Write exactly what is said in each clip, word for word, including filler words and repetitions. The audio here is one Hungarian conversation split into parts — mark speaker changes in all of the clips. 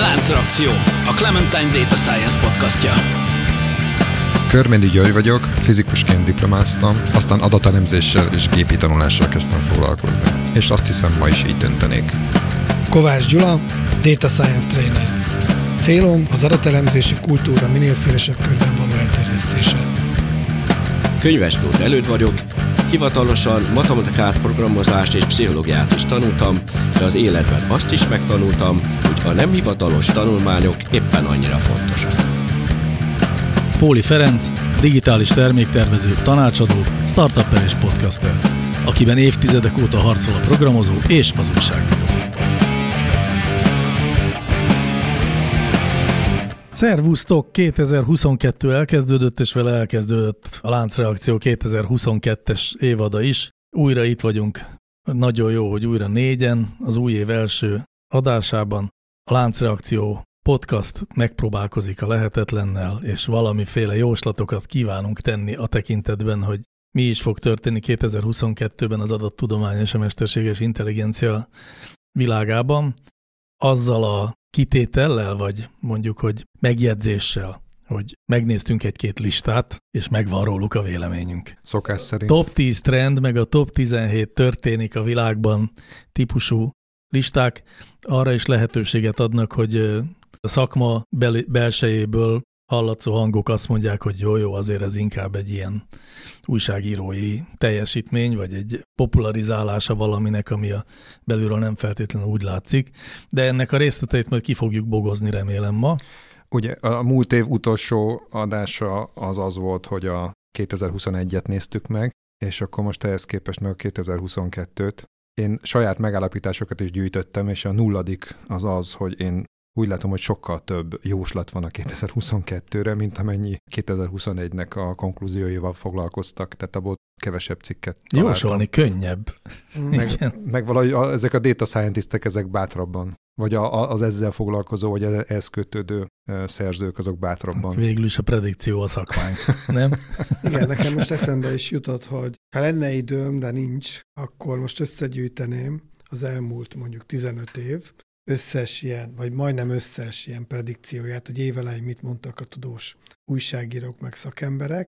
Speaker 1: Láncreakció, a Clementine Data Science podcastja.
Speaker 2: Körméndi György vagyok, fizikusként diplomáztam, aztán adatelemzéssel és gépi tanulással kezdtem foglalkozni. És azt hiszem, ma is így döntenék.
Speaker 3: Kovács Gyula, Data Science Trainer. Célom az adatelemzési kultúra minél szélesebb körben való elterjesztése.
Speaker 4: Könyves Tóth Előd vagyok, hivatalosan matematikát, programozást és pszichológiát is tanultam, de az életben azt is megtanultam, hogy a nem hivatalos tanulmányok éppen annyira fontosak.
Speaker 5: Póli Ferenc, digitális terméktervező, tanácsadó, startupper és podcaster, akiben évtizedek óta harcol a programozó és az újságíró. Szervusztok! kétezer-huszonkettő elkezdődött, és vele elkezdődött a Láncreakció kétezer-huszonkettes évada is. Újra itt vagyunk. Nagyon jó, hogy újra négyen, az új év első adásában. A Láncreakció podcast megpróbálkozik a lehetetlennel, és valamiféle jóslatokat kívánunk tenni a tekintetben, hogy mi is fog történni kétezer-huszonkettőben az adattudomány és a mesterséges intelligencia világában. Azzal a kitétellel, vagy mondjuk, hogy megjegyzéssel, hogy megnéztünk egy-két listát, és megvan róluk a véleményünk.
Speaker 2: Szokás szerint.
Speaker 5: Top tíz trend, meg a top tizenhét történik a világban típusú listák arra is lehetőséget adnak, hogy a szakma bel- belsejéből hallatszó hangok azt mondják, hogy jó-jó, azért ez inkább egy ilyen újságírói teljesítmény, vagy egy popularizálása valaminek, ami a belülről nem feltétlenül úgy látszik. De ennek a részleteit majd ki fogjuk bogozni, remélem ma.
Speaker 2: Ugye a múlt év utolsó adása az az volt, hogy a kétezer-huszonegyet néztük meg, és akkor most ehhez képest meg a kétezer-huszonkettőt. Én saját megállapításokat is gyűjtöttem, és a nulladik az az, hogy én úgy látom, hogy sokkal több jóslat van a kétezer-huszonkettőre, mint amennyi kétezer-huszonegynek a konklúzióival foglalkoztak, tehát abból kevesebb cikket találtam.
Speaker 5: Jósolni könnyebb.
Speaker 2: Meg, meg valahogy a, ezek a data scientistek, ezek bátrabban, vagy a, az ezzel foglalkozó, vagy ehhez kötődő szerzők, azok bátrabban.
Speaker 5: Hát végül is a predikció a szakmánk, nem?
Speaker 3: Igen, nekem most eszembe is jutott, hogy ha lenne időm, de nincs, akkor most összegyűjteném az elmúlt mondjuk tizenöt év, összes ilyen, vagy majdnem összes ilyen predikcióját, hogy évelején mit mondtak a tudós újságírók meg szakemberek,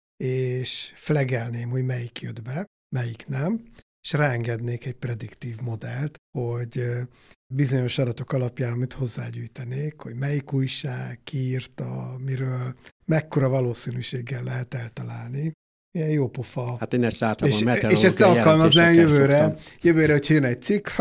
Speaker 3: és flegelném, hogy melyik jött be, melyik nem, és ráengednék egy prediktív modellt, hogy bizonyos adatok alapján, amit hozzágyűjtenék, hogy melyik újság, ki írta, miről, mekkora valószínűséggel lehet eltalálni. Ilyen jó pofa.
Speaker 4: Hát én ezt általában
Speaker 3: és, és ezt alkalmaznám jövőre, jövőre, hogy jön egy cikk,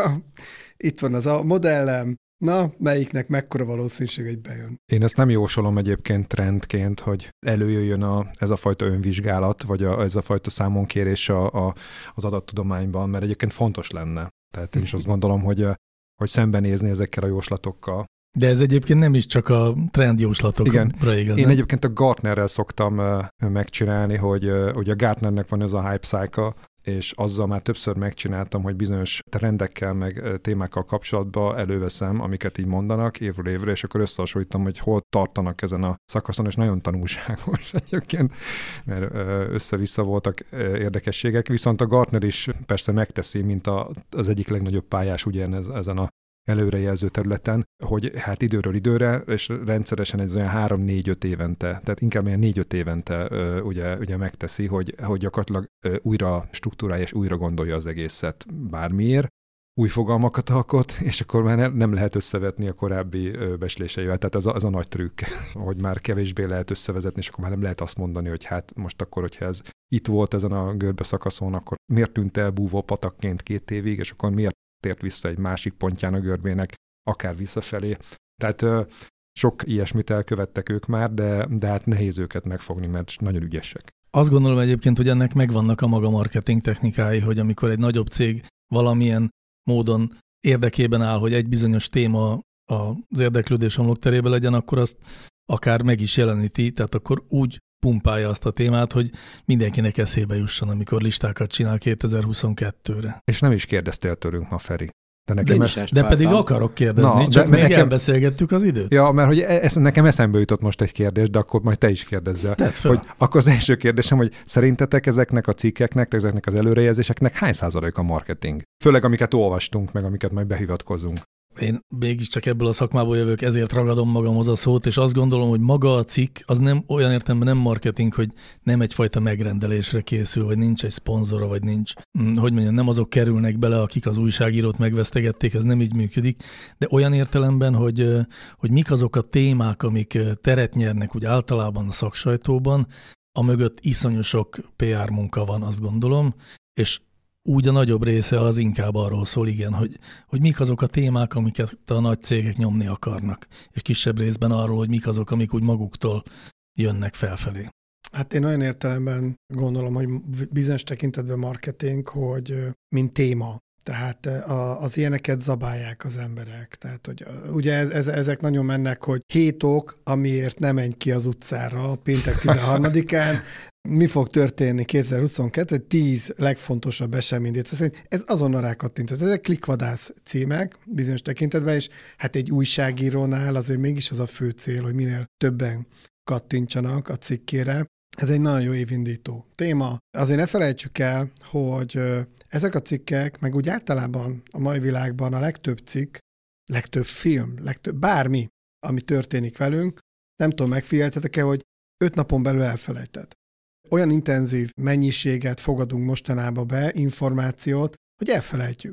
Speaker 3: itt van az a modellem, na, melyiknek mekkora valószínűség, hogy bejön.
Speaker 2: Én ezt nem jósolom egyébként trendként, hogy előjöjjön a, ez a fajta önvizsgálat, vagy a, ez a fajta számonkérés a, a, az adattudományban, mert egyébként fontos lenne. Tehát én is azt gondolom, hogy, hogy szembenézni ezekkel a jóslatokkal.
Speaker 5: De ez egyébként nem is csak a trendjóslatokra igaz.
Speaker 2: Én
Speaker 5: nem?
Speaker 2: egyébként a Gartnerrel szoktam megcsinálni, hogy, hogy a Gartnernek van ez a hype cycle, és azzal már többször megcsináltam, hogy bizonyos trendekkel, meg témákkal kapcsolatban előveszem, amiket így mondanak évről évre, és akkor összehasonlítom, hogy hol tartanak ezen a szakaszon, és nagyon tanulságos egyébként, mert össze-vissza voltak érdekességek, viszont a Gartner is persze megteszi, mint a, az egyik legnagyobb pályás ugyan ezen a előrejelző területen, hogy hát időről időre, és rendszeresen ez olyan három-négy-öt évente, tehát inkább olyan négy-öt évente ugye, ugye megteszi, hogy, hogy gyakorlatilag újra struktúrálja és újra gondolja az egészet bármiért, új fogalmakat alkot, és akkor már nem lehet összevetni a korábbi becsléseivel. Tehát ez a, ez a nagy trükk, hogy már kevésbé lehet összevezetni, és akkor már nem lehet azt mondani, hogy hát most akkor, hogyha ez itt volt ezen a görbe szakaszon, akkor miért tűnt el búvó patakként két évig, és akkor miért tért vissza egy másik pontján a görbének, akár visszafelé. Tehát ö, sok ilyesmit elkövettek ők már, de, de hát nehéz őket megfogni, mert nagyon ügyesek.
Speaker 5: Azt gondolom egyébként, hogy ennek megvannak a maga marketing technikái, hogy amikor egy nagyobb cég valamilyen módon érdekében áll, hogy egy bizonyos téma az érdeklődés homlokterébe legyen, akkor azt akár meg is jeleníti, tehát akkor úgy pumpálja azt a témát, hogy mindenkinek eszébe jusson, amikor listákat csinál kétezer-huszonkettőre.
Speaker 2: És nem is kérdeztél tőlünk ma, Feri.
Speaker 5: De, nekem de, e... de pedig akarok kérdezni, Na, csak még nekem... elbeszélgettük az időt.
Speaker 2: Ja, mert hogy ez, nekem eszembe jutott most egy kérdés, de akkor majd te is kérdezzel. Hogy akkor az első kérdésem, hogy szerintetek ezeknek a cikkeknek, ezeknek az előrejelzéseknek hány százalék a marketing? Főleg amiket olvastunk, meg amiket majd behivatkozunk.
Speaker 5: én mégiscsak ebből a szakmából jövök, ezért ragadom magamhoz a szót, és azt gondolom, hogy maga a cikk az nem olyan értelemben nem marketing, hogy nem egyfajta megrendelésre készül, vagy nincs egy szponzora, vagy nincs, hogy mondjam, nem azok kerülnek bele, akik az újságírót megvesztegették, ez nem így működik, de olyan értelemben, hogy, hogy mik azok a témák, amik teret nyernek úgy általában a szaksajtóban, a mögött iszonyú sok pé er munka van, azt gondolom, és úgy a nagyobb része az inkább arról szól, igen, hogy, hogy mik azok a témák, amiket a nagy cégek nyomni akarnak, és kisebb részben arról, hogy mik azok, amik úgy maguktól jönnek felfelé.
Speaker 3: Hát én olyan értelemben gondolom, hogy bizonyos tekintetben marketing, hogy mint téma. Tehát az ilyeneket zabálják az emberek. Tehát, hogy ugye ez, ez, ezek nagyon mennek, hogy hét ok, amiért nem menj ki az utcára péntek tizenharmadikán. Mi fog történni kétezer-huszonkettő? tíz legfontosabb eseményét. Ez azonnal rákattintott. Ezek klikvadász címek bizonyos tekintetben, és hát egy újságírónál azért mégis az a fő cél, hogy minél többen kattintsanak a cikkére. Ez egy nagyon jó évindító téma. Azért ne felejtsük el, hogy ezek a cikkek, meg úgy általában a mai világban a legtöbb cikk, legtöbb film, legtöbb bármi, ami történik velünk, nem tudom, megfigyeltetek-e, hogy öt napon belül elfelejtett. Olyan intenzív mennyiséget fogadunk mostanában be, információt, hogy elfelejtjük.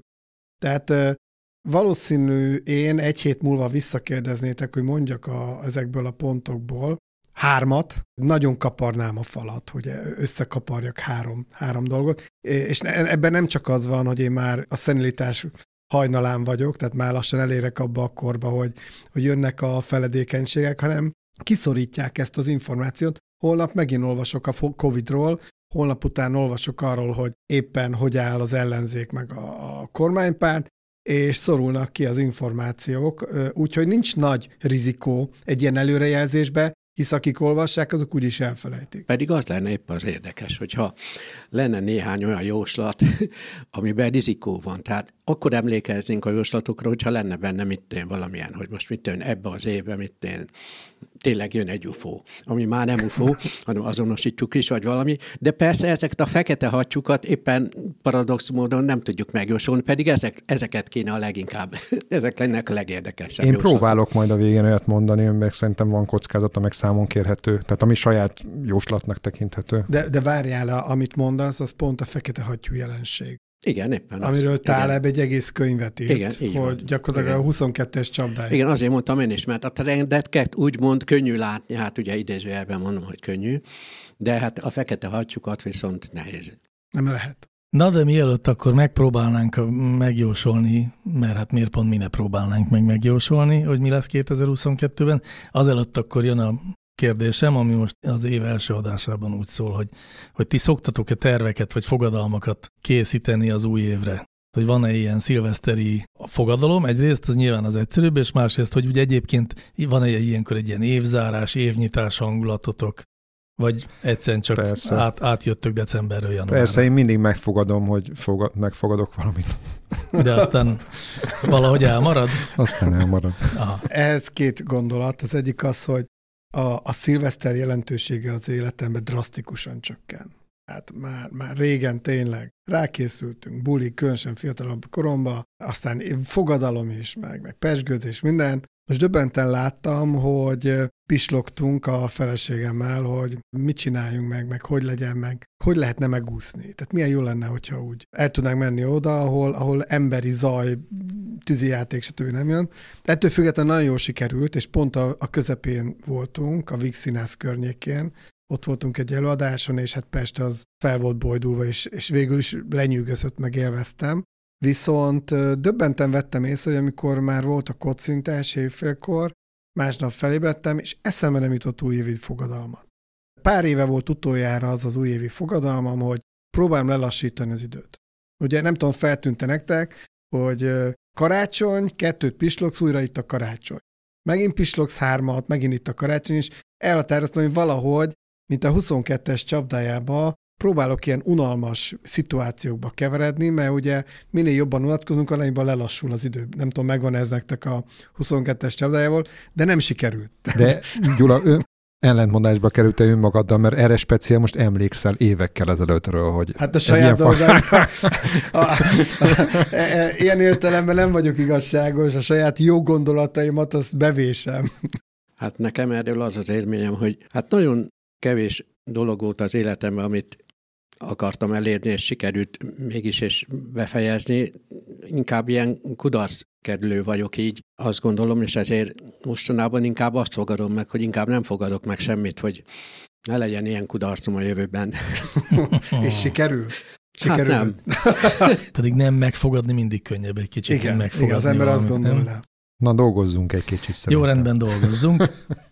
Speaker 3: Tehát valószínű én egy hét múlva visszakérdeznétek, hogy mondjak a, ezekből a pontokból hármat, nagyon kaparnám a falat, hogy összekaparjak három, három dolgot, és ebben nem csak az van, hogy én már a szenilitás hajnalán vagyok, tehát már lassan elérek abba a korba, hogy, hogy jönnek a feledékenységek, hanem kiszorítják ezt az információt. Holnap megint olvasok a Covidról, holnap után olvasok arról, hogy éppen hogy áll az ellenzék meg a, a kormánypárt, és szorulnak ki az információk, úgyhogy nincs nagy rizikó egy ilyen előrejelzésbe, hisz akik olvassák, azok úgyis elfelejtik.
Speaker 6: Pedig az lenne épp az érdekes, hogyha lenne néhány olyan jóslat, amiben rizikó van. Tehát akkor emlékeznénk a jóslatokra, hogyha lenne benne mit tén valamilyen, hogy most mit tén ebbe az évben, mit tén tényleg jön egy ufó, ami már nem ufó, hanem azonosítjuk is, vagy valami. De persze ezeket a fekete hattyúkat éppen paradox módon nem tudjuk megjósolni, pedig ezek, ezeket kéne a leginkább, ezek lennek a legérdekesebb
Speaker 2: Én
Speaker 6: jóslatok.
Speaker 2: próbálok majd a végén olyat mondani, meg szerintem van kockázata, meg számon kérhető. Tehát ami saját jóslatnak tekinthető.
Speaker 3: De, de várjál, amit mondasz, az pont a fekete hattyú jelenség.
Speaker 6: Igen, éppen.
Speaker 3: Amiről Taleb egy egész könyvet írt,
Speaker 6: igen,
Speaker 3: hogy
Speaker 6: van.
Speaker 3: gyakorlatilag
Speaker 6: igen.
Speaker 3: a huszonkettes csapdáig.
Speaker 6: Igen, azért mondtam én is, mert a trendeket úgymond könnyű látni, hát ugye idézőjelben mondom, hogy könnyű, de hát a fekete hattyúkat viszont nehéz.
Speaker 3: Nem lehet.
Speaker 5: Na, de mielőtt akkor megpróbálnánk megjósolni, mert hát miért pont mi ne próbálnánk meg megjósolni, hogy mi lesz kétezer-huszonkettőben, azelőtt akkor jön a kérdésem, ami most az év első adásában úgy szól, hogy, hogy ti szoktatok-e terveket vagy fogadalmakat készíteni az új évre? Hogy van-e ilyen szilveszteri fogadalom, egyrészt az nyilván az egyszerűbb, és másrészt, hogy ugye egyébként van-e ilyenkor egy ilyen évzárás, évnyitás hangulatotok, vagy egyszerűen csak át, átjöttök decemberről januárra?
Speaker 2: Persze, én mindig megfogadom, hogy fogad, megfogadok valamit.
Speaker 5: De aztán valahogy elmarad?
Speaker 2: Aztán elmarad.
Speaker 5: Aha.
Speaker 3: Ez két gondolat. Az egyik az, hogy a, a szilveszter jelentősége az életemben drasztikusan csökken. Hát már, már régen tényleg rákészültünk, bulik, különösen fiatalabb koromban, aztán fogadalom is, meg, meg pezsgőzés, minden. Most döbbenten láttam, hogy pislogtunk a feleségemmel, hogy mit csináljunk meg, meg hogy legyen meg, hogy lehetne megúszni. Tehát milyen jó lenne, hogyha úgy el tudnánk menni oda, ahol, ahol emberi zaj, tűzijáték, stb. Nem jön. De ettől függetlenül nagyon jól sikerült, és pont a, a közepén voltunk, a Víg Színház környékén. Ott voltunk egy előadáson, és hát Pest az fel volt bojdulva, és, és végül is lenyűgözött, meg élveztem. Viszont döbbenten vettem észre, hogy amikor már volt a kocintás évfélkor, másnap felébredtem, és eszembe nem jutott újévi fogadalmat. Pár éve volt utoljára az az újévi fogadalmam, hogy próbálom lelassítani az időt. Ugye nem tudom, feltűnte nektek, hogy karácsony, kettőt pislogsz, újra itt a karácsony. Megint pislogsz hármat, megint itt a karácsony, és elhatároztam, hogy valahogy, mint a huszonkettes csapdájába, próbálok ilyen unalmas szituációkba keveredni, mert ugye minél jobban unatkozunk, annyiban lelassul az idő. Nem tudom, megvan ez nektek a huszonkettes csapdájából, de nem sikerült.
Speaker 2: De Gyula, ellentmondásba kerültél önmagaddal, mert erre speciál most emlékszel évekkel ezelőttről, hogy...
Speaker 3: Hát a saját dolgán... Ilyen értelemben nem vagyok igazságos, a saját jó gondolataimat azt bevésem.
Speaker 6: Hát nekem erről az az élményem, hogy hát nagyon kevés dolog volt az életemben, amit akartam elérni, és sikerült mégis és befejezni. Inkább ilyen kudarckerülő vagyok így, azt gondolom, és ezért mostanában inkább azt fogadom meg, hogy inkább nem fogadok meg semmit, hogy ne legyen ilyen kudarcom a jövőben.
Speaker 3: És sikerül?
Speaker 6: Sikerül? Hát nem.
Speaker 5: Pedig nem megfogadni mindig könnyebb egy kicsit.
Speaker 3: Igen,
Speaker 5: megfogadni
Speaker 3: igen, az ember
Speaker 5: valamit,
Speaker 3: azt gondolná.
Speaker 2: Na, dolgozzunk egy kicsit szerintem.
Speaker 5: Jó, rendben dolgozzunk.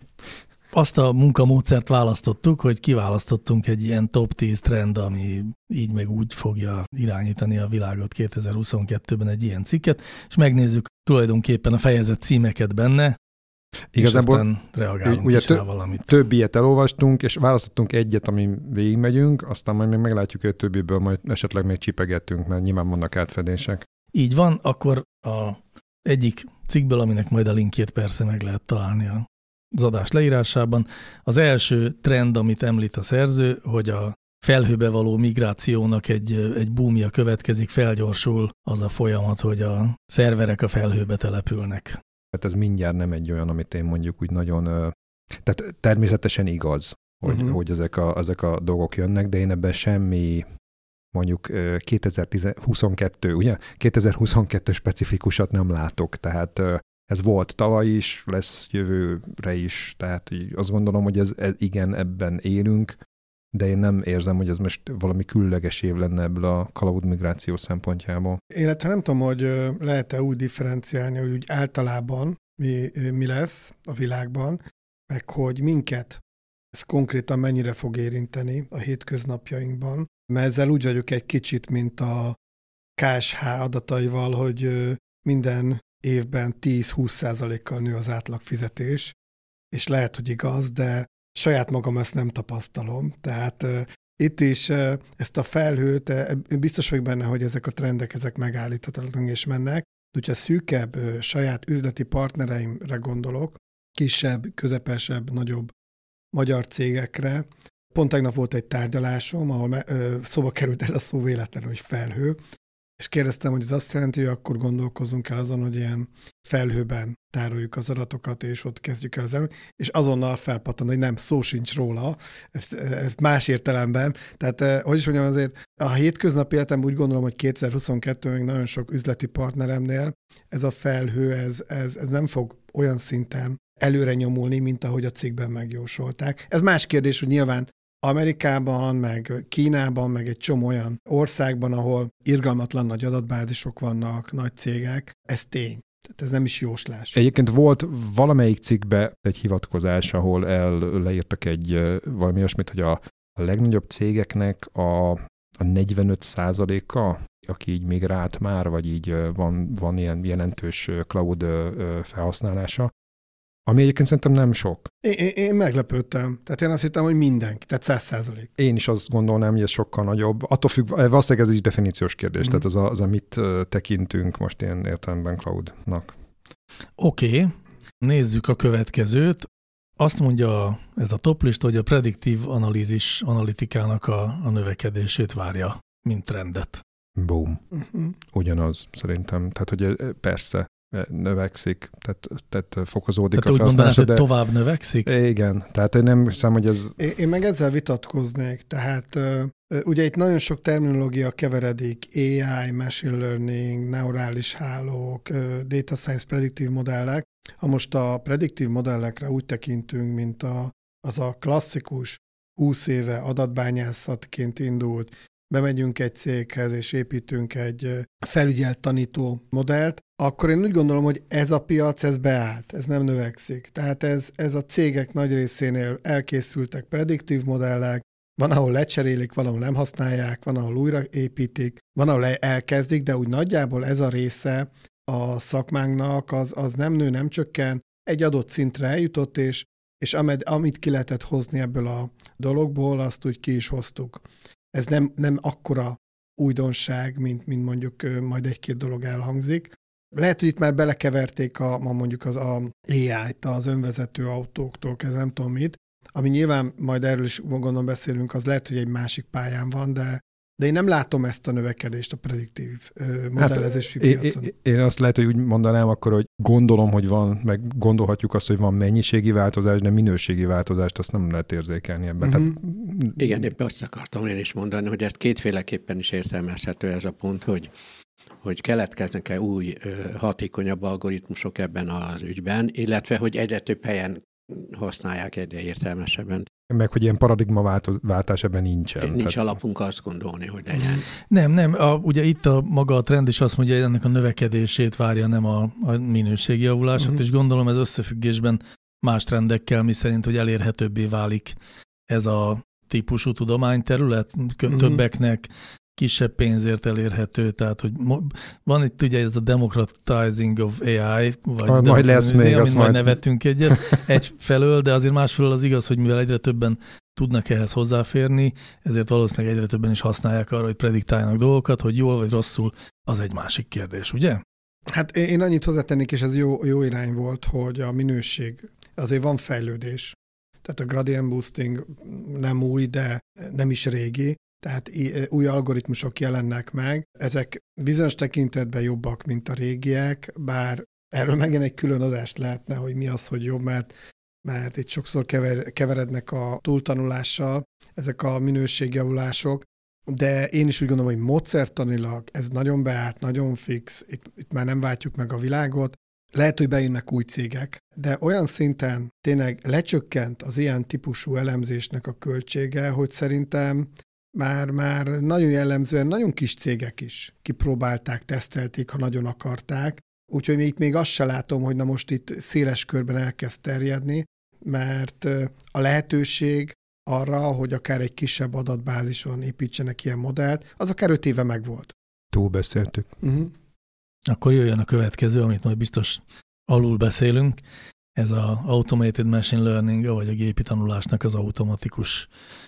Speaker 5: Azt a munkamódszert választottuk, hogy kiválasztottunk egy ilyen top tíz trend, ami így meg úgy fogja irányítani a világot kétezer-huszonkettőben egy ilyen cikket, és megnézzük tulajdonképpen a fejezet címeket benne, igazából, és aztán reagálunk
Speaker 2: ugye
Speaker 5: is
Speaker 2: tö-
Speaker 5: rá valamit.
Speaker 2: Több ilyet elolvastunk, és választottunk egyet, amin végigmegyünk, aztán majd még meglátjuk, hogy a többiből majd esetleg még csipegettünk, mert nyilván vannak átfedések.
Speaker 5: Így van, akkor a egyik cikkből, aminek majd a linkjét persze meg lehet találni a az adás leírásában. Az első trend, amit említ a szerző, hogy a felhőbe való migrációnak egy, egy boomja következik, felgyorsul az a folyamat, hogy a szerverek a felhőbe települnek.
Speaker 2: Tehát ez mindjárt nem egy olyan, amit én mondjuk úgy nagyon... Tehát természetesen igaz, hogy, uh-huh. hogy ezek, a, ezek a dolgok jönnek, de én ebben semmi mondjuk kétezer-huszonkettő, ugye? kétezer-huszonkettő specifikusat nem látok, tehát ez volt tavaly is, lesz jövőre is, tehát azt gondolom, hogy ez, ez igen, ebben élünk, de én nem érzem, hogy ez most valami különleges év lenne ebből a cloud migráció szempontjából.
Speaker 3: Illetve nem tudom, hogy lehet-e úgy differenciálni, hogy úgy általában mi, mi lesz a világban, meg hogy minket ez konkrétan mennyire fog érinteni a hétköznapjainkban, mert ezzel úgy vagyok egy kicsit, mint a ká es há adataival, hogy minden évben tíz-húsz százalékkal nő az átlagfizetés, és lehet, hogy igaz, de saját magam ezt nem tapasztalom. Tehát uh, itt is uh, ezt a felhőt, uh, biztos vagyok benne, hogy ezek a trendek, ezek megállíthatatlanok és mennek, de hogyha szűkebb uh, saját üzleti partnereimre gondolok, kisebb, közepesebb, nagyobb magyar cégekre, pont tegnap volt egy tárgyalásom, ahol uh, szóba került ez a szó véletlenül, hogy felhő, és kérdeztem, hogy ez azt jelenti, hogy akkor gondolkozunk el azon, hogy ilyen felhőben tároljuk az adatokat, és ott kezdjük el az elő, és azonnal felpattan, hogy nem, szó sincs róla, ez, ez más értelemben. Tehát, hogy is mondjam, azért a hétköznapi életemben úgy gondolom, hogy kétezer-huszonkettőben még nagyon sok üzleti partneremnél ez a felhő, ez, ez, ez nem fog olyan szinten előre nyomulni, mint ahogy a cikkben megjósolták. Ez más kérdés, hogy nyilván Amerikában, meg Kínában, meg egy csomó olyan országban, ahol irgalmatlan nagy adatbázisok vannak, nagy cégek, ez tény. Tehát ez nem is jóslás.
Speaker 2: Egyébként volt valamelyik cikkben egy hivatkozás, ahol el, leírtak egy valami olyasmit, hogy a, a legnagyobb cégeknek a, a negyvenöt százaléka, aki így migrált már, vagy így van, van ilyen jelentős cloud felhasználása, ami egyébként szerintem nem sok.
Speaker 3: Én, én, én meglepődtem. Tehát én azt hittem, hogy mindenki, tehát száz százalék.
Speaker 2: Én is azt gondolnám, hogy ez sokkal nagyobb. Attól függ, valószínűleg ez is definíciós kérdés, mm. tehát az a, az a mit tekintünk most ilyen értelemben cloudnak.
Speaker 5: Oké, okay. Nézzük a következőt. Azt mondja ez a toplista, hogy a prediktív analízis analitikának a, a növekedését várja, mint trendet.
Speaker 2: Boom. Uh-huh. Ugyanaz szerintem. Tehát, hogy persze, növekszik, tehát, tehát fokozódik
Speaker 5: tehát
Speaker 2: a felhasználás.
Speaker 5: Tehát úgy mondanád, hogy tovább növekszik?
Speaker 2: Igen, tehát én nem hiszem, hogy ez...
Speaker 3: Én, én meg ezzel vitatkoznék, tehát ugye itt nagyon sok terminológia keveredik, á i, machine learning, neurális hálók, data science, prediktív modellek. Ha most a prediktív modellekre úgy tekintünk, mint a, az a klasszikus húsz éve adatbányászatként indult, bemegyünk egy céghez és építünk egy felügyelt tanító modellt, akkor én úgy gondolom, hogy ez a piac, ez beállt, ez nem növekszik. Tehát ez, ez a cégek nagy részénél elkészültek prediktív modellek, van, ahol lecserélik, van, ahol nem használják, van, ahol újraépítik, van, ahol elkezdik, de úgy nagyjából ez a része a szakmánknak, az, az nem nő, nem csökken, egy adott szintre eljutott, és, és amed, amit ki lehetett hozni ebből a dologból, azt úgy ki is hoztuk. Ez nem, nem akkora újdonság, mint, mint mondjuk majd egy-két dolog elhangzik. Lehet, hogy itt már belekeverték a, ma mondjuk az a á i-t, az önvezető autóktól kezdve, nem tudom mit, ami nyilván majd erről is gondolom beszélünk, az lehet, hogy egy másik pályán van, de De én nem látom ezt a növekedést a prediktív modellezési hát, piacon.
Speaker 2: Én, én azt lehet, hogy úgy mondanám akkor, hogy gondolom, hogy van, meg gondolhatjuk azt, hogy van mennyiségi változás, de minőségi változást azt nem lehet érzékelni ebben. Uh-huh.
Speaker 6: Tehát... Igen, éppen azt akartam én is mondani, hogy ezt kétféleképpen is értelmezhető ez a pont, hogy hogy keletkeznek-e új, hatékonyabb algoritmusok ebben az ügyben, illetve hogy egyre több helyen használják egyre értelmesebben.
Speaker 2: Meg, hogy ilyen paradigmaváltás ebben nincsen.
Speaker 6: Nincs
Speaker 2: tehát...
Speaker 6: alapunk azt gondolni, hogy legyen.
Speaker 5: Nem, nem. A, ugye itt a maga a trend is azt mondja, hogy ennek a növekedését várja, nem a, a minőségi javulását, uh-huh. és gondolom ez összefüggésben más trendekkel, miszerint, hogy elérhetőbbé válik ez a típusú tudományterület, uh-huh. többeknek kisebb pénzért elérhető, tehát hogy van itt ugye ez a democratizing of á i, vagy
Speaker 2: ah, majd lesz még,
Speaker 5: amit majd
Speaker 2: majd
Speaker 5: nevettünk egyet egyfelől, de azért másfelől az igaz, hogy mivel egyre többen tudnak ehhez hozzáférni, ezért valószínűleg egyre többen is használják arra, hogy prediktáljanak dolgokat, hogy jól vagy rosszul, az egy másik kérdés, ugye?
Speaker 3: Hát én annyit hozzátennék, és ez jó, jó irány volt, hogy a minőség, azért van fejlődés. Tehát a gradient boosting nem új, de nem is régi. Tehát új algoritmusok jelennek meg. Ezek bizonyos tekintetben jobbak, mint a régiek, bár erről megint egy külön adást lehetne, hogy mi az, hogy jobb, mert, mert itt sokszor kever, keverednek a túltanulással ezek a minőségjavulások, de én is úgy gondolom, hogy módszertanilag ez nagyon beállt, nagyon fix, itt, itt már nem váltjuk meg a világot. Lehet, hogy bejönnek új cégek, de olyan szinten tényleg lecsökkent az ilyen típusú elemzésnek a költsége, hogy szerintem Már, már nagyon jellemzően nagyon kis cégek is kipróbálták, tesztelték, ha nagyon akarták. Úgyhogy itt még azt se látom, hogy na most itt széles körben elkezd terjedni, mert a lehetőség arra, hogy akár egy kisebb adatbázison építsenek ilyen modellt, az akár öt éve megvolt.
Speaker 2: Túlbeszéltük.
Speaker 3: Uh-huh.
Speaker 5: Akkor jöjjön a következő, amit majd biztos alul beszélünk. Ez az Automated Machine Learning, vagy a gépi tanulásnak az automatikus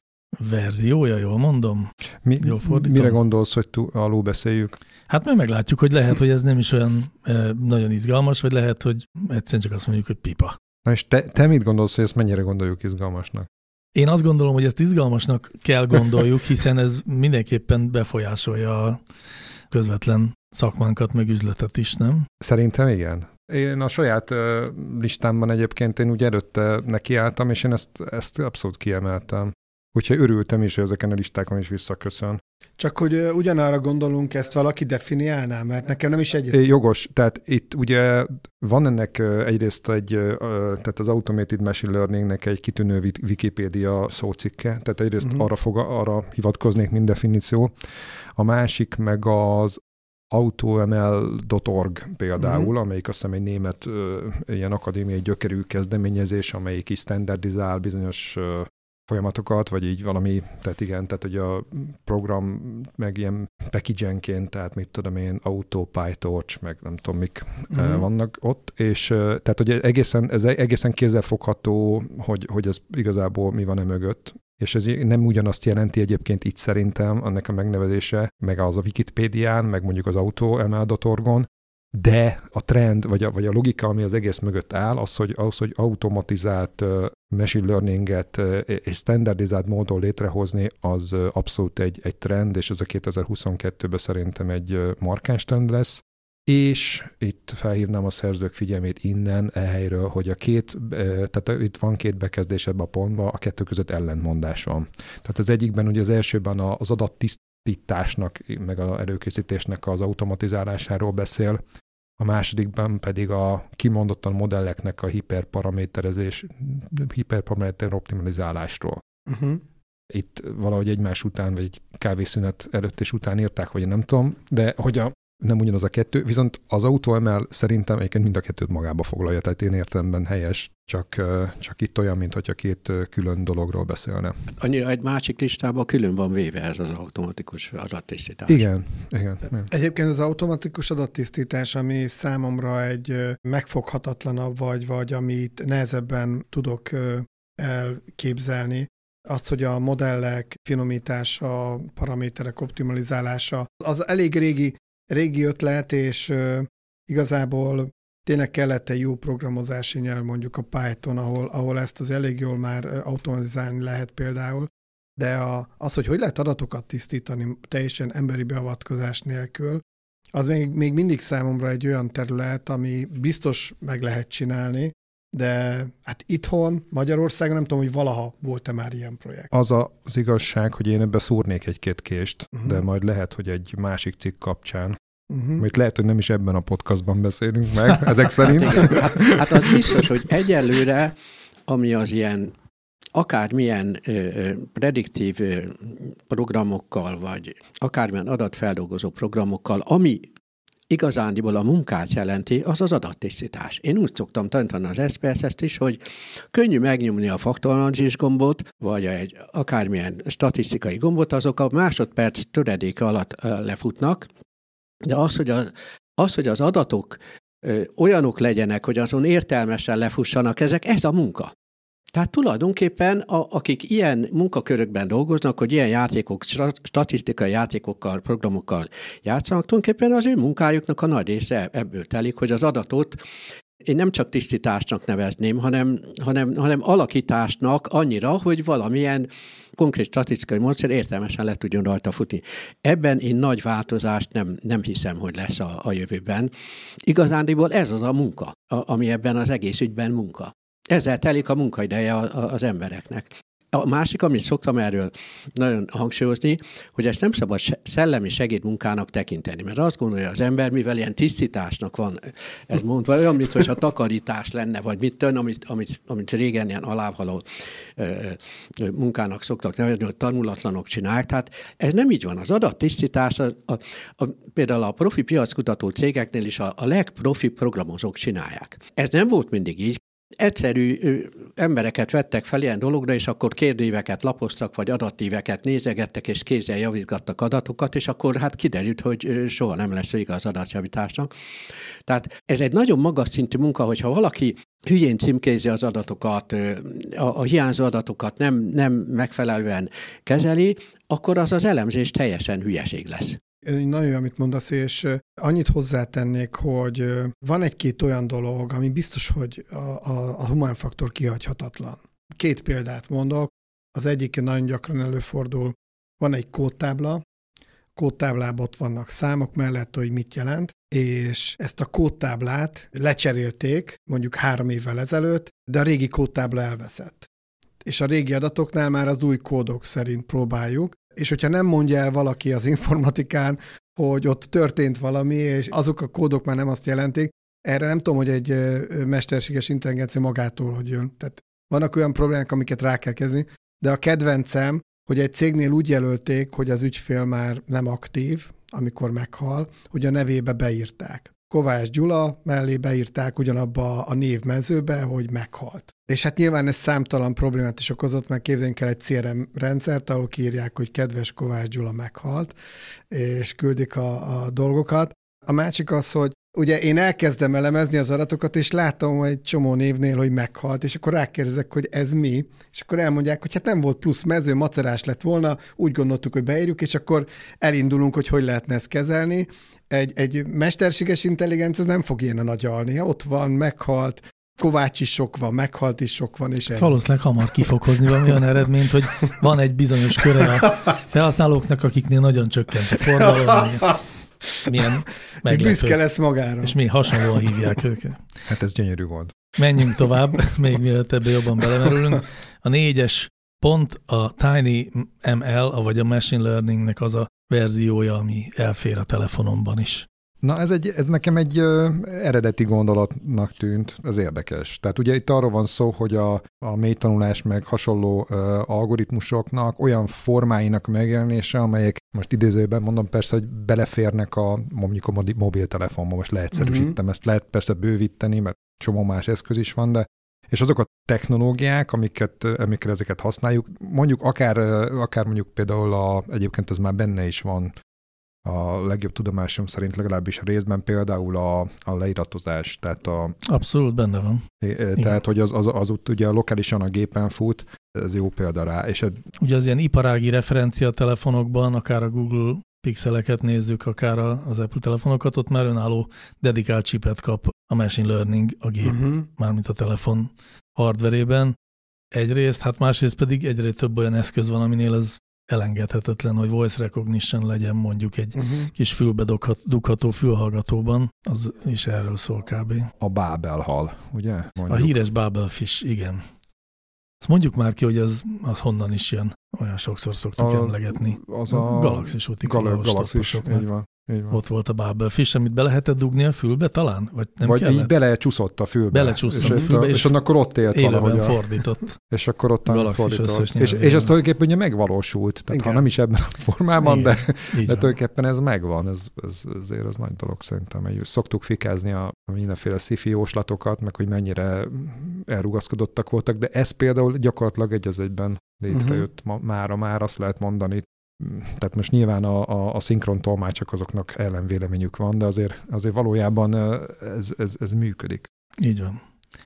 Speaker 5: verziója, jól mondom?
Speaker 2: Mi,
Speaker 5: jól
Speaker 2: mire gondolsz, hogy túl, alul beszéljük?
Speaker 5: Hát majd meglátjuk, hogy lehet, hogy ez nem is olyan e, nagyon izgalmas, vagy lehet, hogy egyszerűen csak azt mondjuk, hogy pipa.
Speaker 2: Na és te, te mit gondolsz, hogy ezt mennyire gondoljuk izgalmasnak?
Speaker 5: Én azt gondolom, hogy ezt izgalmasnak kell gondoljuk, hiszen ez mindenképpen befolyásolja a közvetlen szakmánkat, meg üzletet is, nem?
Speaker 2: Szerintem igen. Én a saját uh, listámban egyébként én úgy előtte nekiálltam, és én ezt, ezt abszolút kiemeltem. Úgyhogy örültem is, hogy ezeken a listákon is visszaköszön.
Speaker 3: Csak hogy ugyanarra gondolunk, ezt valaki definiálná, mert nekem nem is egy...
Speaker 2: Jogos, tehát itt ugye van ennek egyrészt egy, tehát az Automated Machine Learningnek egy kitűnő Wikipédia szócikke, tehát egyrészt uh-huh. arra, fog, arra hivatkoznék, mint definíció. A másik meg az automl pont org például, uh-huh. amelyik azt hiszem egy német ilyen akadémiai gyökerű kezdeményezés, amelyik is standardizál bizonyos folyamatokat, vagy így valami, tehát igen, tehát hogy a program meg ilyen package-enként, tehát mit tudom én, Auto, PyTorch, meg nem tudom mik uh-huh. vannak ott, és tehát hogy egészen, ez egészen kézzelfogható, hogy, hogy ez igazából mi van e mögött, és ez nem ugyanazt jelenti egyébként itt szerintem annak a megnevezése, meg az a Wikipédián, meg mondjuk az automl pont org-on, de a trend, vagy a, vagy a logika, ami az egész mögött áll, az, hogy, az, hogy automatizált uh, machine learninget uh, és standardizált módon létrehozni, az uh, abszolút egy, egy trend, és ez a kétezer-huszonkettőben szerintem egy uh, markáns trend lesz. És itt felhívnám a szerzők figyelmét innen, e helyről, hogy a két, uh, tehát itt van két bekezdés ebben a pontban, a kettő között ellentmondás van. Tehát az egyikben, ugye az elsőben az adattisztításnak, meg az előkészítésnek az automatizálásáról beszél, a másodikban pedig a kimondottan modelleknek a hiperparaméterezés, hiperparaméter optimalizálásról. Uh-huh. Itt valahogy egymás után, vagy egy kávészünet előtt és után írták, vagy nem tudom, de hogy a, nem ugyanaz a kettő, viszont az AutoML szerintem egyébként mind a kettőt magába foglalja, tehát én értelemben helyes, csak, csak itt olyan, mint hogyha két külön dologról beszélne.
Speaker 6: Annyira egy másik listában külön van véve ez az automatikus adattisztítás.
Speaker 2: Igen, igen. igen.
Speaker 3: Egyébként az automatikus adattisztítás, ami számomra egy megfoghatatlanabb, vagy, vagy amit nehezebben tudok elképzelni, az, hogy a modellek finomítása, paraméterek optimalizálása, az elég régi, régi ötlet, és igazából tényleg kellett egy jó programozási nyelv, mondjuk a Python, ahol, ahol ezt az elég jól már automatizálni lehet például, de a, az, hogy hogy lehet adatokat tisztítani teljesen emberi beavatkozás nélkül, az még, még mindig számomra egy olyan terület, ami biztos meg lehet csinálni, de hát itthon, Magyarországon nem tudom, hogy valaha volt-e már ilyen projekt.
Speaker 2: Az a, az igazság, hogy én ebbe szúrnék egy-két kést, uh-huh. de majd lehet, hogy egy másik cikk kapcsán. Uh-huh. Mert lehet, hogy nem is ebben a podcastban beszélünk meg, ezek szerint.
Speaker 6: Hát, hát, hát az biztos, hogy egyelőre, ami az ilyen akármilyen ö, prediktív ö, programokkal, vagy akármilyen adatfeldolgozó programokkal, ami igazándiból a munkát jelenti, az az adattisztítás. Én úgy szoktam tanítani az es pé es-t is, hogy könnyű megnyomni a faktoranalízis gombot, vagy egy akármilyen statisztikai gombot, azok a másodperc töredéke alatt lefutnak, de az, hogy, a, az, hogy az adatok ö, olyanok legyenek, hogy azon értelmesen lefussanak, ezek, ez a munka. Tehát tulajdonképpen a, akik ilyen munkakörökben dolgoznak, hogy ilyen játékok, statisztikai játékokkal, programokkal játszanak, tulajdonképpen az ő munkájuknak a nagy része ebből telik, hogy az adatot én nem csak tisztításnak nevezném, hanem, hanem, hanem alakításnak annyira, hogy valamilyen konkrét statisztikai módszer értelmesen le tudjon rajta futni. Ebben én nagy változást nem, nem hiszem, hogy lesz a, a jövőben. Igazándiból ez az a munka, a, ami ebben az egész ügyben munka. Ezzel telik a munkaideje az embereknek. A másik, amit szoktam erről nagyon hangsúlyozni, hogy ezt nem szabad szellemi segédmunkának tekinteni, mert azt gondolja az ember, mivel ilyen tisztításnak van ez mondva, olyan, mintha takarítás lenne, vagy mit tön, amit, amit, amit régen ilyen alávaló munkának szoktak nevezni, hogy tanulatlanok csinálják. Tehát ez nem így van. Az adattisztítás, a, a, a, például a profi piackutató cégeknél is a, a legprofi programozók csinálják. Ez nem volt mindig így. Egyszerű embereket vettek fel ilyen dologra, és akkor kérdőíveket lapoztak, vagy adattíveket nézegettek, és kézzel javítgattak adatokat, és akkor hát kiderült, hogy soha nem lesz vége az adatjavításnak. Tehát ez egy nagyon magas szintű munka, hogyha valaki hülyén címkézi az adatokat, a, a hiányzó adatokat nem, nem megfelelően kezeli, akkor az az elemzés teljesen hülyeség lesz.
Speaker 3: Nagyon jó, amit mondasz, és annyit hozzátennék, hogy van egy-két olyan dolog, ami biztos, hogy a, a, a humán faktor kihagyhatatlan. Két példát mondok. Az egyik nagyon gyakran előfordul. Van egy kódtábla, kódtáblában ott vannak számok mellett, hogy mit jelent, és ezt a kódtáblát lecserélték mondjuk három évvel ezelőtt, de a régi kódtábla elveszett. És a régi adatoknál már az új kódok szerint próbáljuk, és hogyha nem mondja el valaki az informatikán, hogy ott történt valami, és azok a kódok már nem azt jelentik, erre nem tudom, hogy egy mesterséges intelligencia magától hogy jön. Tehát vannak olyan problémák, amiket rá kell kezdeni, de a kedvencem, hogy egy cégnél úgy jelölték, hogy az ügyfél már nem aktív, amikor meghal, hogy a nevébe beírták. Kovács Gyula mellé beírták ugyanabba a névmezőbe, hogy meghalt. És hát nyilván ez számtalan problémát is okozott, mert képzeljünk el egy cé er em rendszert, ahol kiírják, hogy kedves Kovács Gyula meghalt, és küldik a, a dolgokat. A másik az, hogy ugye én elkezdem elemezni az adatokat, és látom egy csomó névnél, hogy meghalt, és akkor rákérdezek, hogy ez mi, és akkor elmondják, hogy hát nem volt plusz mező, macerás lett volna, úgy gondoltuk, hogy beírjuk, és akkor elindulunk, hogy hogy lehetne ezt kezelni. Egy, egy mesterséges intelligencia nem fog ilyen agyalni. Ott van, meghalt, Kovács is sok van, meghalt is sok van, és ennyi.
Speaker 5: Valószínűleg hamar ki fog hozni valami olyan eredményt, hogy van egy bizonyos köre a felhasználóknak, akiknél nagyon csökkent a forgalom. Milyen meglepő.
Speaker 3: Büszke lesz magára.
Speaker 5: És mi hasonlóan hívják őket.
Speaker 2: Hát ez gyönyörű volt.
Speaker 5: Menjünk tovább, még mielőtt ebbe jobban belemerülünk. A négyes pont a TinyML, vagy a Machine Learningnek az a verziója, ami elfér a telefonomban is.
Speaker 2: Na ez, egy, ez nekem egy ö, eredeti gondolatnak tűnt, ez érdekes. Tehát ugye itt arról van szó, hogy a, a mélytanulás meg hasonló ö, algoritmusoknak olyan formáinak megjelenése, amelyek most idézőben mondom persze, hogy beleférnek a mondjuk a mobiltelefonba, most leegyszerűsítem, uh-huh. ezt lehet persze bővíteni, mert csomó más eszköz is van, de és azok a technológiák, amiket, amiket ezeket használjuk, mondjuk akár, akár mondjuk például a, egyébként ez már benne is van, a legjobb tudomásom szerint legalábbis a részben például a, a leiratozás. Tehát a,
Speaker 5: abszolút benne van.
Speaker 2: Tehát, igen. Hogy az, az, az ott ugye lokálisan a gépen fut, ez jó példa rá. És ed...
Speaker 5: Ugye az ilyen iparági referencia telefonokban, akár a Google Pixeleket nézzük, akár az Apple telefonokat, ott már önálló dedikált chipet kap a machine learning a gép, uh-huh. mármint a telefon hardverében. Egyrészt, hát másrészt pedig egyre több olyan eszköz van, aminél ez elengedhetetlen, hogy voice recognition legyen mondjuk egy uh-huh. kis fülbe dugható fülhallgatóban, az is erről szól kb.
Speaker 2: A Babel hal, ugye? Mondjuk.
Speaker 5: A híres Babel fish, igen. Azt mondjuk már ki, hogy az, az honnan is jön. Olyan sokszor szoktuk a, emlegetni. Az, az a Galaxis úti
Speaker 2: Gal- Galaxis, így van.
Speaker 5: Ott volt a Babel fish, amit be lehetett dugni a fülbe talán? Vagy nem
Speaker 2: Vagy
Speaker 5: kellett?
Speaker 2: így belecsúszott a fülbe.
Speaker 5: Belecsúszott
Speaker 2: és,
Speaker 5: fülbe,
Speaker 2: és, és akkor ott élt valahogy.
Speaker 5: fordított.
Speaker 2: És akkor ott fordított. És, és,
Speaker 5: és
Speaker 2: ez tulajdonképpen ugye megvalósult. Tehát igen. Ha nem is ebben a formában, igen. de, de tulajdonképpen ez megvan. Ez, ez, ezért ez nagy dolog szerintem. Szoktuk fikázni a mindenféle sci-fi jóslatokat, meg hogy mennyire elrugaszkodottak voltak, de ez például gyakorlatilag egy az egyben létrejött uh-huh. mára már, azt lehet mondani. Tehát most nyilván a, a, a szinkron tolmácsok azoknak ellenvéleményük van, de azért, azért valójában ez, ez, ez működik.
Speaker 5: Így van.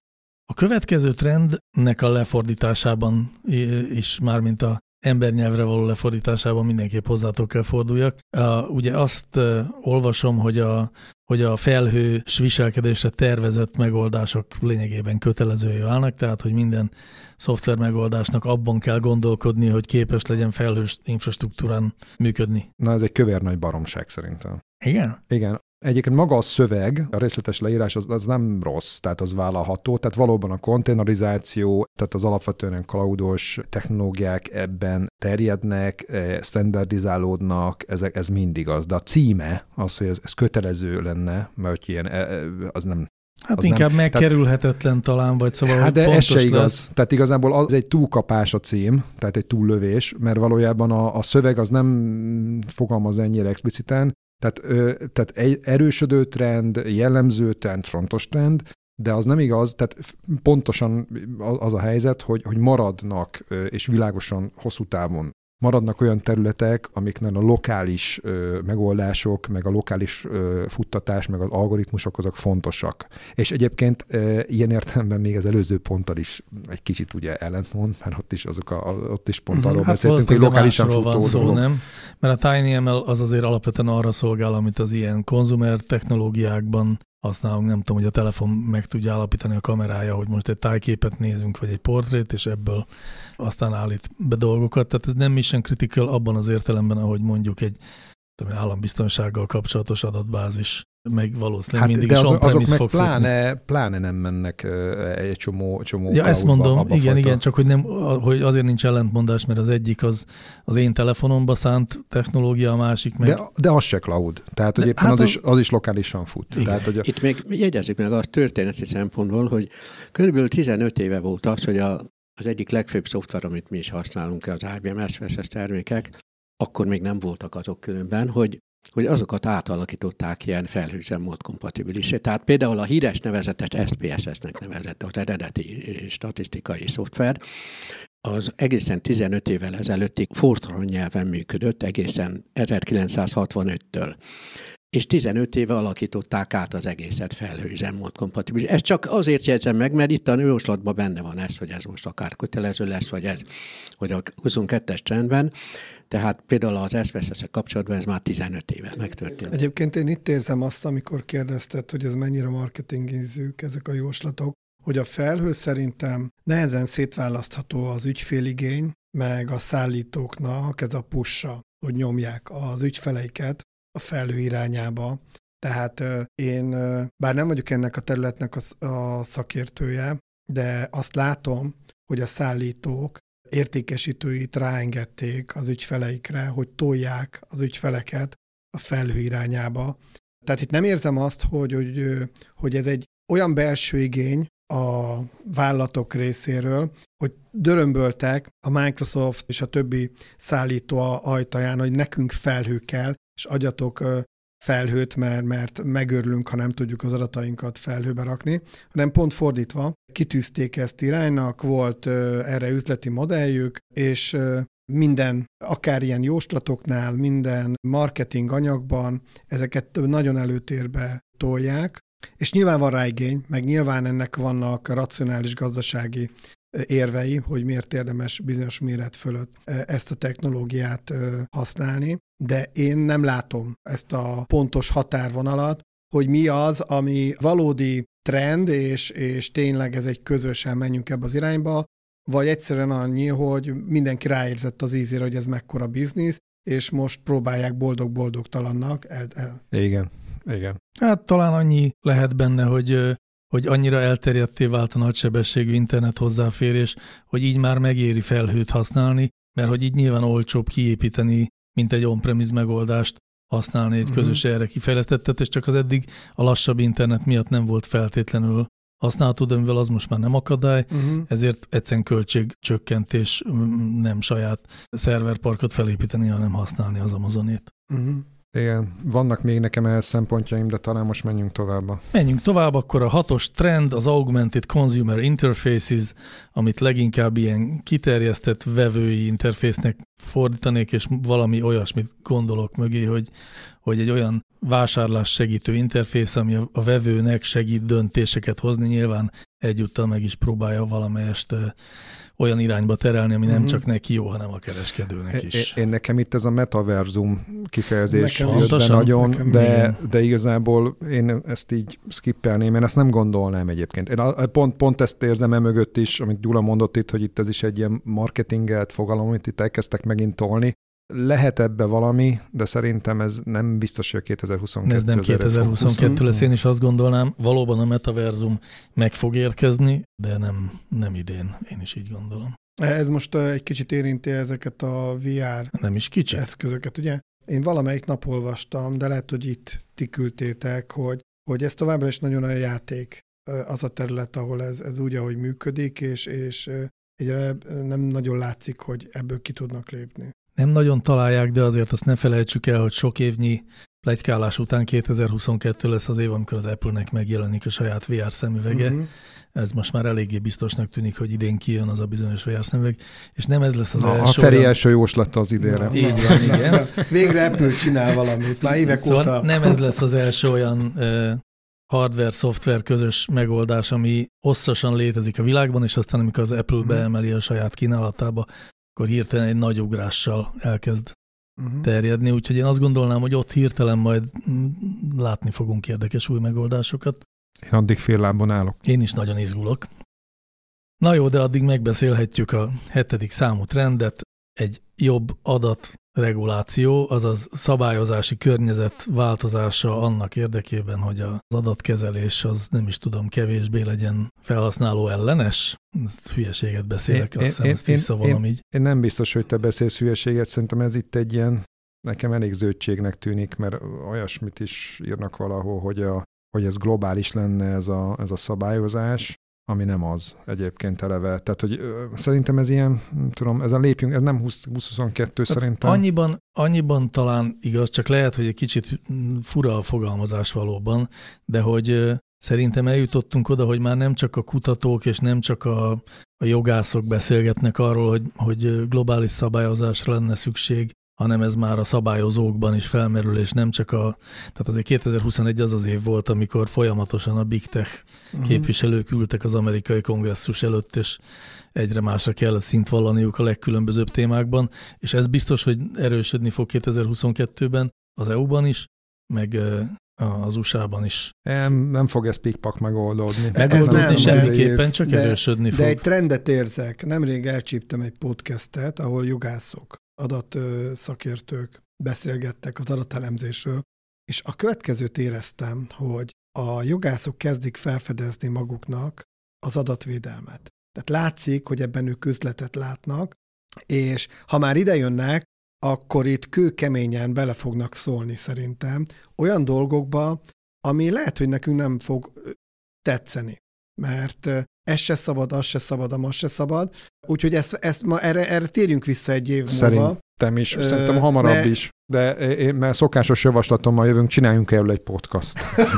Speaker 5: A következő trendnek a lefordításában is, mármint a embernyelvre való lefordításában mindenképp hozzátok kell forduljak. Uh, ugye azt uh, olvasom, hogy a, hogy a felhős viselkedésre tervezett megoldások lényegében kötelezővé válnak, tehát hogy minden szoftver megoldásnak abban kell gondolkodni, hogy képes legyen felhős infrastruktúrán működni.
Speaker 2: Na ez egy kövér nagy baromság szerintem.
Speaker 5: Igen?
Speaker 2: Igen. Egyébként maga a szöveg, a részletes leírás az, az nem rossz, tehát az vállalható, tehát valóban a konténerizáció, tehát az alapvetően cloudos technológiák ebben terjednek, standardizálódnak, ez, ez mindig az. De a címe az, hogy ez, ez kötelező lenne, mert ilyen, az nem...
Speaker 5: Hát
Speaker 2: az
Speaker 5: inkább
Speaker 2: nem,
Speaker 5: megkerülhetetlen tehát, talán, vagy szóval hát de ez se igaz. Lesz.
Speaker 2: Tehát igazából az egy túlkapás a cím, tehát egy túllövés, mert valójában a, a szöveg az nem fogalmaz ennyire expliciten. Tehát, ö, tehát egy erősödő trend, jellemző trend, fontos trend, de az nem igaz, tehát pontosan az a helyzet, hogy, hogy maradnak, és világosan hosszú távon maradnak olyan területek, amiknél a lokális ö, megoldások, meg a lokális ö, futtatás, meg az algoritmusok azok fontosak. És egyébként ö, ilyen értelemben még az előző ponttal is egy kicsit ugye ellentmond, mert ott is, azok a, ott is pont arról hát beszéltünk, hogy lokálisan futó
Speaker 5: szó,
Speaker 2: dolog.
Speaker 5: Nem? Mert a TinyML az azért alapvetően arra szolgál, amit az ilyen konzumer technológiákban használunk, nem tudom, hogy a telefon meg tudja állapítani a kamerája, hogy most egy tájképet nézünk, vagy egy portrét, és ebből aztán állít be dolgokat. Tehát ez nem mission critical abban az értelemben, ahogy mondjuk egy tudom, állambiztonsággal kapcsolatos adatbázis, meg valószínűleg
Speaker 2: hát,
Speaker 5: mindig
Speaker 2: de
Speaker 5: is
Speaker 2: az, azok meg
Speaker 5: fog
Speaker 2: pláne, pláne nem mennek egy csomó, csomó
Speaker 5: ja, ezt mondom,
Speaker 2: abba
Speaker 5: igen,
Speaker 2: fajta.
Speaker 5: igen, csak hogy, nem, hogy azért nincs ellentmondás, mert az egyik az az én telefonomba szánt technológia, a másik meg...
Speaker 2: De, de az se cloud. Tehát, hogy éppen hát az, az, is, az is lokálisan fut. Tehát, hogy a...
Speaker 6: Itt még jegyezzük meg a történeti szempontból, hogy körülbelül tizenöt éve volt az, hogy a, az egyik legfőbb szoftver, amit mi is használunk, az I B M es vé es termékek, akkor még nem voltak azok különben, hogy hogy azokat átalakították ilyen felhőzemmód kompatibilisé. Tehát például a híres nevezetes S P S S-nek nevezett az eredeti statisztikai szoftver, az egészen tizenöt évvel ezelőttig Fortran nyelven működött, egészen ezerkilencszázhatvanöttől. És tizenöt éve alakították át az egészet felhőzemmód kompatibilis. Ezt csak azért jegyzem meg, mert itt a jóslatban benne van ez, hogy ez most akár kötelező lesz, vagy ez, hogy a huszonkettes trendben. Tehát például az S P S S-ek kapcsolatban ez már tizenöt éve megtörtént.
Speaker 3: Egyébként én itt érzem azt, amikor kérdezted, hogy ez mennyire marketingizők, ezek a jóslatok, hogy a felhő szerintem nehezen szétválasztható az ügyféligény, meg a szállítóknak ez a push-a, hogy nyomják az ügyfeleiket a felhő irányába. Tehát én, bár nem vagyok ennek a területnek a, a szakértője, de azt látom, hogy a szállítók értékesítőit ráengedték az ügyfeleikre, hogy tolják az ügyfeleket a felhő irányába. Tehát itt nem érzem azt, hogy, hogy, hogy ez egy olyan belső igény a vállalatok részéről, hogy dörömböltek a Microsoft és a többi szállító ajtaján, hogy nekünk felhő kell, és adjatok felhőt, mert, mert megörülünk, ha nem tudjuk az adatainkat felhőbe rakni, hanem pont fordítva, kitűzték ezt iránynak, volt erre üzleti modelljük, és minden, akár ilyen jóslatoknál, minden marketing anyagban ezeket nagyon előtérbe tolják, és nyilván van rá igény, meg nyilván ennek vannak racionális gazdasági érvei, hogy miért érdemes bizonyos méret fölött ezt a technológiát használni, de én nem látom ezt a pontos határvonalat, hogy mi az, ami valódi trend, és, és tényleg ez egy közösen menjünk ebbe az irányba, vagy egyszerűen annyi, hogy mindenki ráérzett az ízére, hogy ez mekkora biznisz, és most próbálják boldog-boldogtalannak el, el.
Speaker 2: Igen, igen.
Speaker 5: Hát talán annyi lehet benne, hogy, hogy annyira elterjedté vált a nagysebességű internet hozzáférés, hogy így már megéri felhőt használni, mert hogy így nyilván olcsóbb kiépíteni, mint egy on-premise megoldást használni egy közös erre kifejlesztettet, és csak az eddig a lassabb internet miatt nem volt feltétlenül használható, de mivel az most már nem akadály, uh-huh. ezért egyszerűen költségcsökkentés, nem saját szerverparkot felépíteni, hanem használni az Amazonét.
Speaker 3: Uh-huh.
Speaker 2: Igen, vannak még nekem ehhez szempontjaim, de talán most menjünk tovább.
Speaker 5: Menjünk tovább, akkor a hatos trend az Augmented Consumer Interfaces, amit leginkább ilyen kiterjesztett vevői interfésznek fordítanék, és valami olyasmit gondolok mögé, hogy, hogy egy olyan vásárlás segítő interfész, ami a vevőnek segít döntéseket hozni, nyilván egyúttal meg is próbálja valamelyest olyan irányba terelni, ami nem uh-huh. csak neki jó, hanem a kereskedőnek is.
Speaker 2: Én, én nekem itt ez a metaverzum kifejezés
Speaker 5: nekem
Speaker 2: jött be nagyon,
Speaker 3: nekem
Speaker 2: de, de igazából én ezt így skippelném, én ezt nem gondolnám egyébként. Én a, pont, pont ezt érzem e mögött is, amit Gyula mondott itt, hogy itt ez is egy ilyen marketingelt fogalom, amit itt elkezdtek megint tolni. Lehet ebbe valami, de szerintem ez nem biztos, hogy a kétezer-huszonkettő.
Speaker 5: Ez nem kétezer-huszonkettő lesz, én is azt gondolnám, valóban a metaverzum meg fog érkezni, de nem, nem idén, én is így gondolom.
Speaker 3: Ez most egy kicsit érinti ezeket a vé er
Speaker 5: nem is kicsit.
Speaker 3: eszközöket, ugye? Én valamelyik nap olvastam, de lehet, hogy itt ti küldtétek, hogy, hogy ez továbbra is nagyon a játék az a terület, ahol ez, ez úgy, ahogy működik, és, és egyre nem nagyon látszik, hogy ebből ki tudnak lépni.
Speaker 5: Nem nagyon találják, de azért azt ne felejtsük el, hogy sok évnyi pletykálás után kétezer-huszonkettő lesz az év, amikor az Apple-nek megjelenik a saját vé er szemüvege. Uh-huh. Ez most már eléggé biztosnak tűnik, hogy idén kijön az a bizonyos vé er szemüveg, és nem ez lesz az Na, első.
Speaker 2: A Feri
Speaker 5: olyan...
Speaker 2: első jóslata az idénre.
Speaker 5: Na, így van, igen.
Speaker 3: Végre Apple csinál valamit, már évek
Speaker 5: szóval
Speaker 3: óta.
Speaker 5: Nem ez lesz az első olyan uh, hardware-szoftver közös megoldás, ami hosszasan létezik a világban, és aztán amikor az Apple uh-huh. beemeli a saját kínálatába, akkor hirtelen egy nagy ugrással elkezd uh-huh. terjedni, úgyhogy én azt gondolnám, hogy ott hirtelen majd látni fogunk érdekes új megoldásokat.
Speaker 2: Én addig fél lábon állok.
Speaker 5: Én is nagyon izgulok. Na jó, de addig megbeszélhetjük a hetedik számú trendet, egy jobb adatreguláció, azaz szabályozási környezet változása annak érdekében, hogy az adatkezelés az nem is tudom, kevésbé legyen felhasználó ellenes. Ezt hülyeséget beszélek, én, azt hiszem, ezt visszavonom így.
Speaker 2: Én nem biztos, hogy te beszélsz hülyeséget, szerintem ez itt egy ilyen, nekem elég zöldségnek tűnik, mert olyasmit is írnak valahol, hogy, a, hogy ez globális lenne ez a, ez a szabályozás, ami nem az egyébként eleve. Tehát, hogy ö, szerintem ez ilyen, nem tudom, ezen lépjünk, ez nem húsz-huszonkettő szerintem.
Speaker 5: Annyiban, annyiban talán igaz, csak lehet, hogy egy kicsit fura a fogalmazás valóban, de hogy ö, szerintem eljutottunk oda, hogy már nem csak a kutatók és nem csak a, a jogászok beszélgetnek arról, hogy, hogy globális szabályozásra lenne szükség, hanem ez már a szabályozókban is felmerül, és nem csak a... Tehát azért kétezer-huszonegy az az év volt, amikor folyamatosan a Big Tech uh-huh. képviselők ültek az amerikai kongresszus előtt, és egyre másra kellett szint vallaniuk a legkülönbözőbb témákban, és ez biztos, hogy erősödni fog kétezer-huszonkettőben az é u-ban is, meg az u es á-ban is.
Speaker 2: Nem, nem fog ez pikpak megoldódni.
Speaker 5: Megoldódni semmiképpen, csak de, erősödni
Speaker 3: de
Speaker 5: fog.
Speaker 3: De egy trendet érzek. Nemrég elcsíptem egy podcastet, ahol jogászok, adatszakértők beszélgettek az adatelemzésről, és a következőt éreztem, hogy a jogászok kezdik felfedezni maguknak az adatvédelmet. Tehát látszik, hogy ebben ők üzletet látnak, és ha már ide jönnek, akkor itt kőkeményen bele fognak szólni szerintem olyan dolgokba, ami lehet, hogy nekünk nem fog tetszeni. Mert ez se szabad, az se szabad, az se szabad. Úgyhogy ezt, ezt ma erre, erre térjünk vissza egy év múlva.
Speaker 2: Szerintem is, uh, szerintem hamarabb mert... is. De én, mert szokásos javaslatommal jövünk, csináljunk erről egy podcast.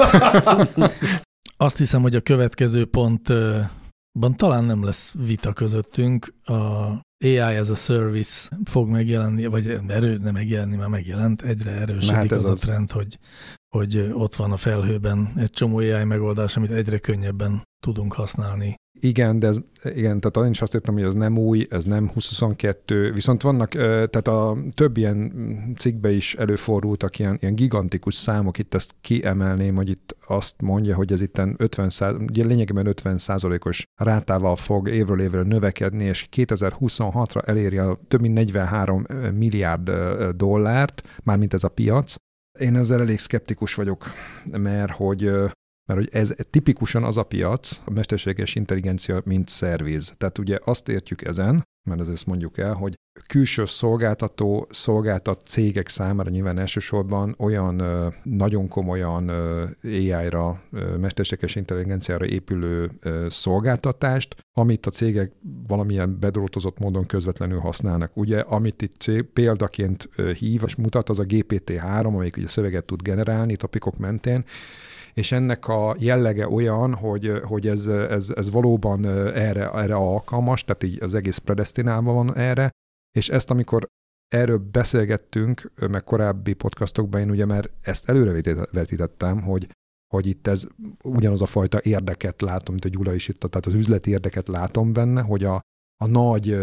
Speaker 5: Azt hiszem, hogy a következő pontban talán nem lesz vita közöttünk. A á i as a service fog megjelenni, vagy erő, nem megjelenni, már megjelent. Egyre erősödik hát az, az a trend, hogy, hogy ott van a felhőben egy csomó á i megoldás, amit egyre könnyebben tudunk használni.
Speaker 2: Igen, de ez, igen, tehát én is azt értem, hogy ez nem új, ez nem húsz-huszonkettő, viszont vannak, tehát a több ilyen cikkbe is előfordultak ilyen, ilyen gigantikus számok, itt ezt kiemelném, hogy itt azt mondja, hogy ez itt ötven százalék, ugye lényegében ötven százalékos rátával fog évről évre növekedni, és kétezer-huszonhatra eléri a több mint negyvenhárom milliárd dollárt, mármint ez a piac. Én ezzel elég szkeptikus vagyok, mert hogy Mert hogy ez tipikusan az a piac, a mesterséges intelligencia, mint szerviz. Tehát ugye azt értjük ezen, mert ezt mondjuk el, hogy külső szolgáltató szolgáltat cégek számára nyilván elsősorban olyan ö, nagyon komolyan ö, á í-ra, ö, mesterséges intelligenciára épülő ö, szolgáltatást, amit a cégek valamilyen bedrótozott módon közvetlenül használnak. Ugye, amit itt cég, példaként ö, hív és mutat, az a gé pé té három, amelyik ugye szöveget tud generálni topikok mentén, és ennek a jellege olyan, hogy, hogy ez, ez, ez valóban erre, erre alkalmas, tehát így az egész predesztinálva van erre, és ezt amikor erről beszélgettünk, meg korábbi podcastokban én ugye már ezt előrevetítettem, hogy, hogy itt ez ugyanaz a fajta érdeket látom, mint a Gyula is itt, tehát az üzleti érdeket látom benne, hogy a, a nagy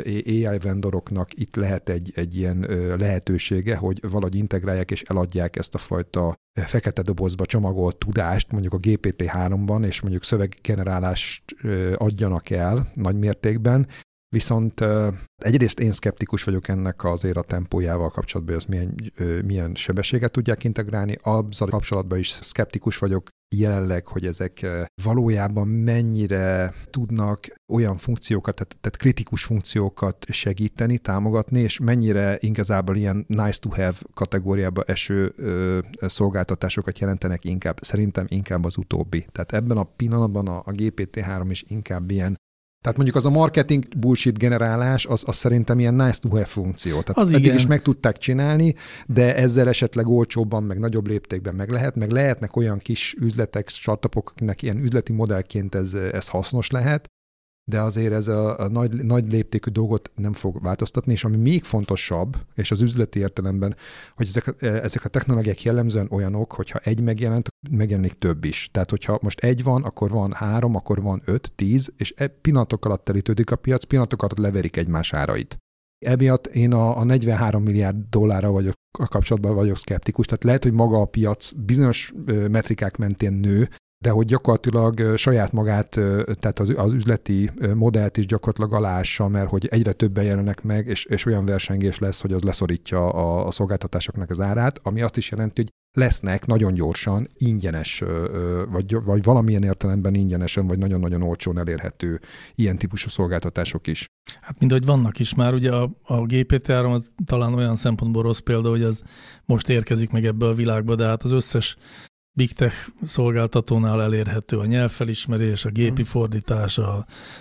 Speaker 2: á í vendoroknak itt lehet egy, egy ilyen lehetősége, hogy valahogy integrálják és eladják ezt a fajta fekete dobozba csomagolt tudást, mondjuk a gé pé té háromban, és mondjuk szöveggenerálást adjanak el nagy mértékben. Viszont egyrészt én szkeptikus vagyok ennek azért a tempójával kapcsolatban, hogy ezt milyen, milyen sebességet tudják integrálni. Azzal kapcsolatban is szkeptikus vagyok jelenleg, hogy ezek valójában mennyire tudnak olyan funkciókat, tehát, tehát kritikus funkciókat segíteni, támogatni, és mennyire igazából ilyen nice to have kategóriába eső ö, szolgáltatásokat jelentenek inkább. Szerintem inkább az utóbbi. Tehát ebben a pillanatban a, a gé pé té három is inkább ilyen. Tehát mondjuk az a marketing bullshit generálás, az, az szerintem ilyen nice to have funkció. Tehát
Speaker 5: az
Speaker 2: eddig
Speaker 5: igen.
Speaker 2: is meg tudták csinálni, de ezzel esetleg olcsóbban, meg nagyobb léptékben meg lehet, meg lehetnek olyan kis üzletek, startupok, akiknek ilyen üzleti modellként ez, ez hasznos lehet, de azért ez a, a nagy, nagy léptékű dolgot nem fog változtatni, és ami még fontosabb, és az üzleti értelemben, hogy ezek, ezek a technológiák jellemzően olyanok, hogyha egy megjelent, megjelenik több is. Tehát, hogyha most egy van, akkor van három, akkor van öt, tíz, és pillanatok alatt telítődik a piac, pillanatok alatt leverik egymás árait. Emiatt én a, a negyvenhárom milliárd dollárra vagyok a kapcsolatban vagyok szkeptikus, tehát lehet, hogy maga a piac bizonyos metrikák mentén nő, de hogy gyakorlatilag saját magát, tehát az, az üzleti modellt is gyakorlatilag aláássa, mert hogy egyre többen jelennek meg, és, és olyan versengés lesz, hogy az leszorítja a, a szolgáltatásoknak az árát, ami azt is jelenti, hogy lesznek nagyon gyorsan ingyenes, vagy, vagy valamilyen értelemben ingyenesen, vagy nagyon-nagyon olcsón elérhető ilyen típusú szolgáltatások is.
Speaker 5: Hát mindegy, vannak is már, ugye a, a gé pé té három az talán olyan szempontból rossz példa, hogy az most érkezik meg ebbe a világba, de hát az összes Big Tech szolgáltatónál elérhető a nyelvfelismerés, a gépi fordítás, a,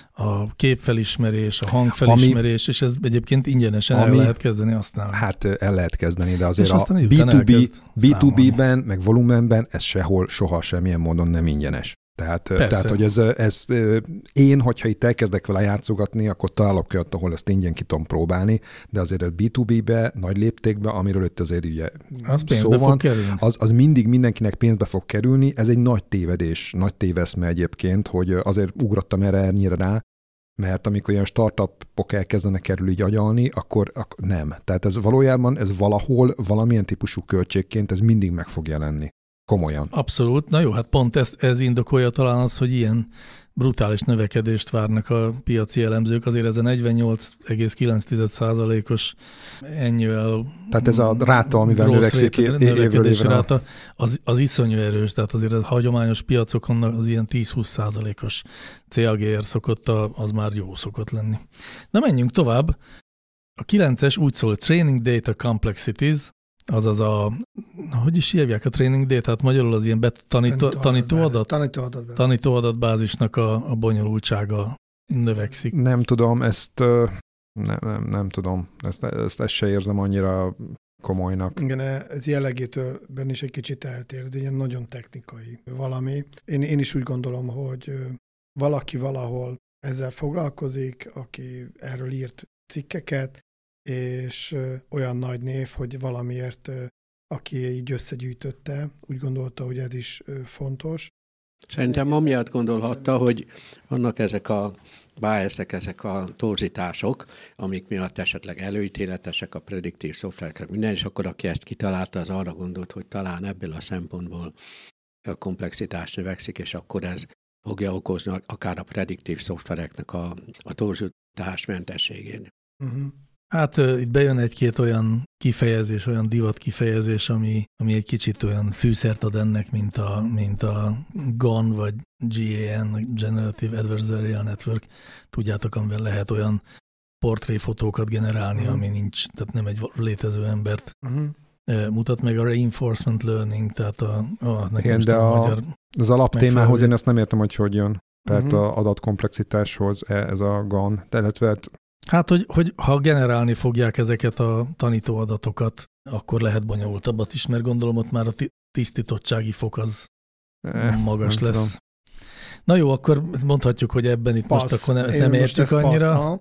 Speaker 5: a képfelismerés, a hangfelismerés, ami, és ez egyébként ingyenesen ami, el lehet kezdeni használni.
Speaker 2: Hát el lehet kezdeni, de azért a bé kettő bé, bé kettő bé-ben, meg volumenben ez sehol, soha semmilyen módon nem ingyenes. Tehát, tehát hogy ez, ez, én, hogyha itt elkezdek vele játszogatni, akkor találok olyat, ahol ezt ingyen ki tudom próbálni, de azért a bé kettő bé-be, nagy léptékbe, amiről itt azért ugye
Speaker 5: az
Speaker 2: szó van, az, az mindig mindenkinek pénzbe fog kerülni. Ez egy nagy tévedés, nagy téveszme egyébként, hogy azért ugrottam erre ennyire rá, mert amikor ilyen startupok elkezdenek kerül így agyalni, akkor, akkor nem. Tehát ez valójában, ez valahol, valamilyen típusú költségként ez mindig meg fog jelenni. Komolyan.
Speaker 5: Abszolút. Na jó, hát pont ez, ez indokolja talán az, hogy ilyen brutális növekedést várnak a piaci elemzők. Azért ez a negyvennyolc egész kilenc százalékos ennyivel
Speaker 2: tehát ez a ráta, amivel növekszik évről évre.
Speaker 5: Ráta, az, az iszonyú erős, tehát azért a hagyományos piacokon az ilyen tíz-húsz százalékos cé á gé er szokott, az már jó szokott lenni. Na menjünk tovább. A kilences úgy szól, Training Data Complexities, azaz a, hogy is hívják a training data-t? Magyarul az ilyen tanító, tanító adat?
Speaker 3: Tanító adat.
Speaker 5: Tanító adatbázisnak a, a bonyolultsága növekszik.
Speaker 2: Nem tudom, ezt nem, nem, nem tudom, ezt, ezt, ezt se érzem annyira komolynak.
Speaker 3: Igen, ez jellegétől benne is egy kicsit eltér, ez ilyen nagyon technikai valami. Én, én is úgy gondolom, hogy valaki valahol ezzel foglalkozik, aki erről írt cikkeket, és olyan nagy név, hogy valamiért, aki így összegyűjtötte, úgy gondolta, hogy ez is fontos.
Speaker 6: Szerintem amiatt gondolhatta, hogy vannak ezek a biasek, ezek a torzítások, amik miatt esetleg előítéletesek a prediktív szoftverek, minden, és akkor aki ezt kitalálta, az arra gondolt, hogy talán ebből a szempontból a komplexitás növekszik, és akkor ez fogja okozni akár a prediktív szoftvereknek a, a torzítás mentességén.
Speaker 3: Uh-huh.
Speaker 5: Hát uh, itt bejön egy-két olyan kifejezés, olyan divat kifejezés, ami, ami egy kicsit olyan fűszert ad ennek, mint a, mint a G A N vagy G A N, Generative Adversarial Network. Tudjátok, amivel lehet olyan portréfotókat generálni, uh-huh. ami nincs, tehát nem egy létező embert uh-huh. mutat meg. A reinforcement learning, tehát a, a nekem
Speaker 2: igen, de a, a magyar az alaptémához én ezt nem értem, hogy hogy jön. Tehát uh-huh. a adatkomplexitáshoz ez a G A N, illetve
Speaker 5: hát, hogy, hogy ha generálni fogják ezeket a tanítóadatokat, akkor lehet bonyolultabbat is, mert gondolom ott már a tisztítottsági fok az eh, magas lesz. Tudom. Na jó, akkor mondhatjuk, hogy ebben itt passz. Most akkor ne, ezt nem értjük annyira. Passz,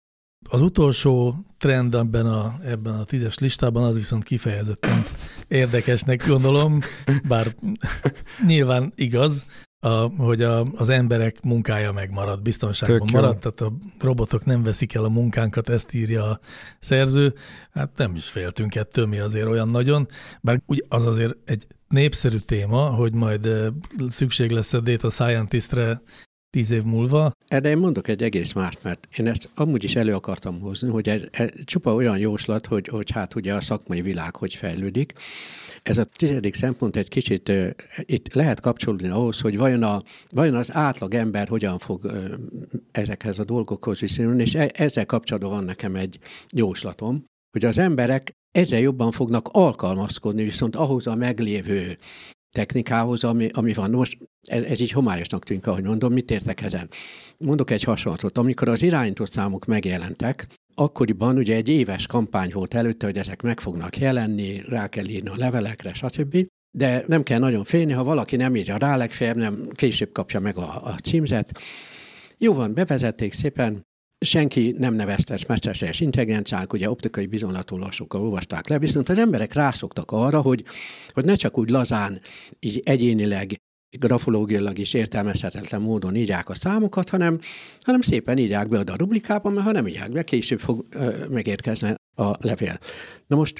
Speaker 5: az utolsó trend ebben a, ebben a tízes listában az viszont kifejezetten érdekesnek gondolom, bár nyilván igaz, A, hogy a, az emberek munkája megmarad, biztonságban marad, tehát a robotok nem veszik el a munkánkat, ezt írja a szerző. Hát nem is féltünk ettől, mi azért olyan nagyon, bár úgy az azért egy népszerű téma, hogy majd szükség lesz a data scientistre tíz év múlva.
Speaker 6: Erre én mondok egy egész mást, mert én ezt amúgy is elő akartam hozni, hogy ez, ez csupa olyan jóslat, hogy, hogy hát ugye a szakmai világ hogy fejlődik. Ez a tizedik szempont egy kicsit uh, itt lehet kapcsolódni ahhoz, hogy vajon, a, vajon az átlag ember hogyan fog uh, ezekhez a dolgokhoz viszonyulni, és e- ezzel kapcsolatban van nekem egy jóslatom, hogy az emberek egyre jobban fognak alkalmazkodni viszont ahhoz a meglévő technikához, ami, ami van. Most ez, ez így homályosnak tűnik, ahogy mondom, mit értek ezen? Mondok egy hasonlatot. Amikor az irányított számok megjelentek, akkoriban ugye egy éves kampány volt előtte, hogy ezek meg fognak jelenni, rá kell írni a levelekre, stb. De nem kell nagyon félni, ha valaki nem írja rá, legfeljebb nem, később kapja meg a, a címzet. Jó van, bevezették szépen, senki nem nevezte mesterséges intelligenciák, ugye optikai bizonylatólásokkal olvasták le, viszont az emberek rászoktak arra, hogy, hogy ne csak úgy lazán, így egyénileg, grafológiailag is értelmezhetetlen módon írják a számokat, hanem, hanem szépen írják be oda a rubrikában, mert ha nem írják be, később fog ö, megérkezni a levél. Na most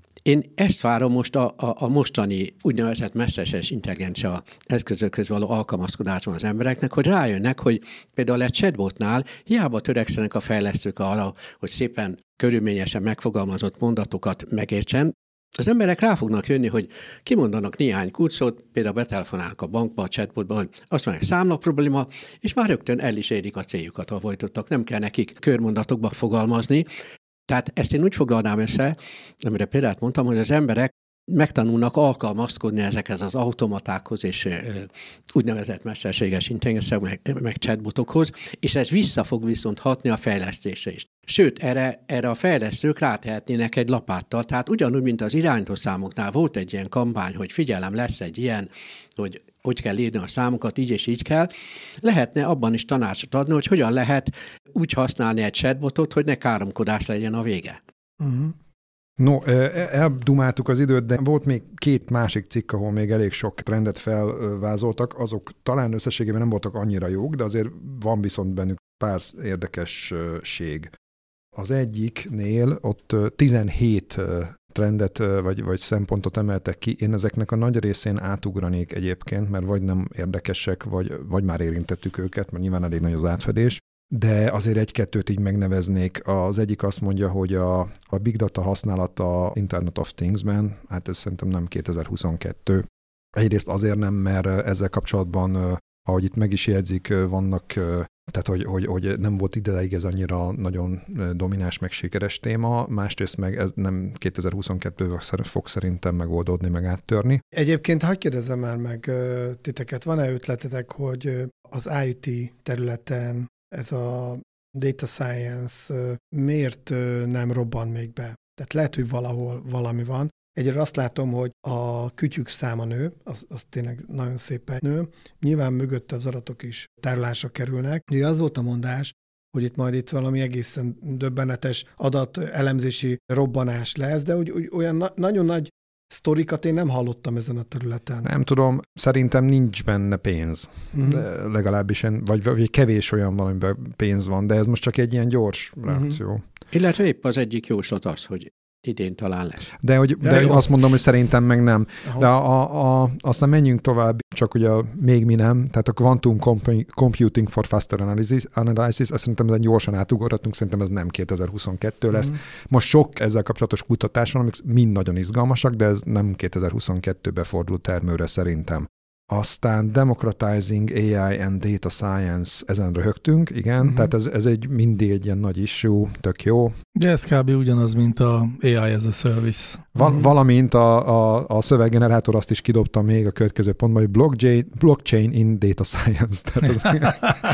Speaker 6: én ezt várom most a, a, a mostani úgynevezett mesterséges intelligencia eszközökhöz való alkalmazkodásban az embereknek, hogy rájönnek, hogy például egy chatbotnál hiába törekszenek a fejlesztők arra, hogy szépen körülményesen megfogalmazott mondatokat megértsen, az emberek rá fognak jönni, hogy kimondanak néhány kulcsot, például betelefonálnak a bankba, a chatbotba, hogy azt mondják, számla probléma, és már rögtön el is érik a céljukat, ahol folytottak. Nem kell nekik körmondatokba fogalmazni. Tehát ezt én úgy foglalnám össze, amire példát mondtam, hogy az emberek megtanulnak alkalmazkodni ezekhez az automatákhoz és ö, úgynevezett mesterséges intelligencia, meg, meg chatbotokhoz, és ez vissza fog viszont hatni a fejlesztésre is. Sőt, erre, erre a fejlesztők rátehetnének egy lapáttal, tehát ugyanúgy, mint az irányító számoknál volt egy ilyen kampány, hogy figyelem, lesz egy ilyen, hogy hogy kell írni a számokat, így és így kell, lehetne abban is tanácsot adni, hogy hogyan lehet úgy használni egy chatbotot, hogy ne káromkodás legyen a vége.
Speaker 3: Uh-huh.
Speaker 2: No, eldumáltuk az időt, de volt még két másik cikk, ahol még elég sok trendet felvázoltak, azok talán összességében nem voltak annyira jók, de azért van viszont bennük pár érdekesség. Az egyiknél ott tizenhét trendet vagy, vagy szempontot emeltek ki. Én ezeknek a nagy részén átugranék egyébként, mert vagy nem érdekesek, vagy, vagy már érintettük őket, mert nyilván elég nagy az átfedés. De azért egy-kettőt így megneveznék. Az egyik azt mondja, hogy a, a Big Data használata Internet of Things-ben, hát ez szerintem nem kétezer-huszonkettő. Egyrészt azért nem, mert ezzel kapcsolatban, ahogy itt meg is jegyzik, vannak, tehát hogy, hogy, hogy nem volt ideig ez annyira nagyon domináns, meg sikeres téma, másrészt meg ez nem kétezer-huszonkettőben fog szerintem megoldódni, meg áttörni.
Speaker 3: Egyébként hadd kérdezzem már meg titeket, van-e ötletetek, hogy az I O T területen ez a data science miért nem robban még be? Tehát lehet, hogy valahol valami van. Egyre azt látom, hogy a kütyük száma nő, az, az tényleg nagyon szépen nő. Nyilván mögött az adatok is tárolásra kerülnek. Ugye az volt a mondás, hogy itt majd itt valami egészen döbbenetes adatelemzési robbanás lesz, de úgy, úgy olyan na- nagyon nagy sztorikat én nem hallottam ezen a területen.
Speaker 2: Nem tudom, szerintem nincs benne pénz.
Speaker 3: Uh-huh.
Speaker 2: De legalábbis, vagy, vagy kevés olyan valamiben pénz van, de ez most csak egy ilyen gyors reakció. Uh-huh.
Speaker 6: Illetve épp az egyik jóslat az, hogy idén talán lesz.
Speaker 2: De, hogy, de, de azt mondom, hogy szerintem meg nem.
Speaker 3: Aha.
Speaker 2: De a, a, aztán menjünk tovább, csak ugye még mi nem, tehát a Quantum Computing for Faster Analysis, analysis azt szerintem ezen gyorsan átugorhatunk, szerintem ez nem kétezer-huszonkettő lesz. Mm. Most sok ezzel kapcsolatos kutatás van, amik mind nagyon izgalmasak, de ez nem kétezer-huszonkettőbe forduló termőre szerintem. Aztán Democratizing á i and Data Science, ezen röhögtünk, igen, uh-huh. tehát ez, ez egy mindig egy ilyen nagy issue, tök jó.
Speaker 5: De ez kb. Ugyanaz, mint a á i as a service.
Speaker 2: Val- uh-huh. Valamint a, a, a szöveggenerátor azt is kidobta még a következő pontban, hogy blockchain, blockchain in data science. Tehát az...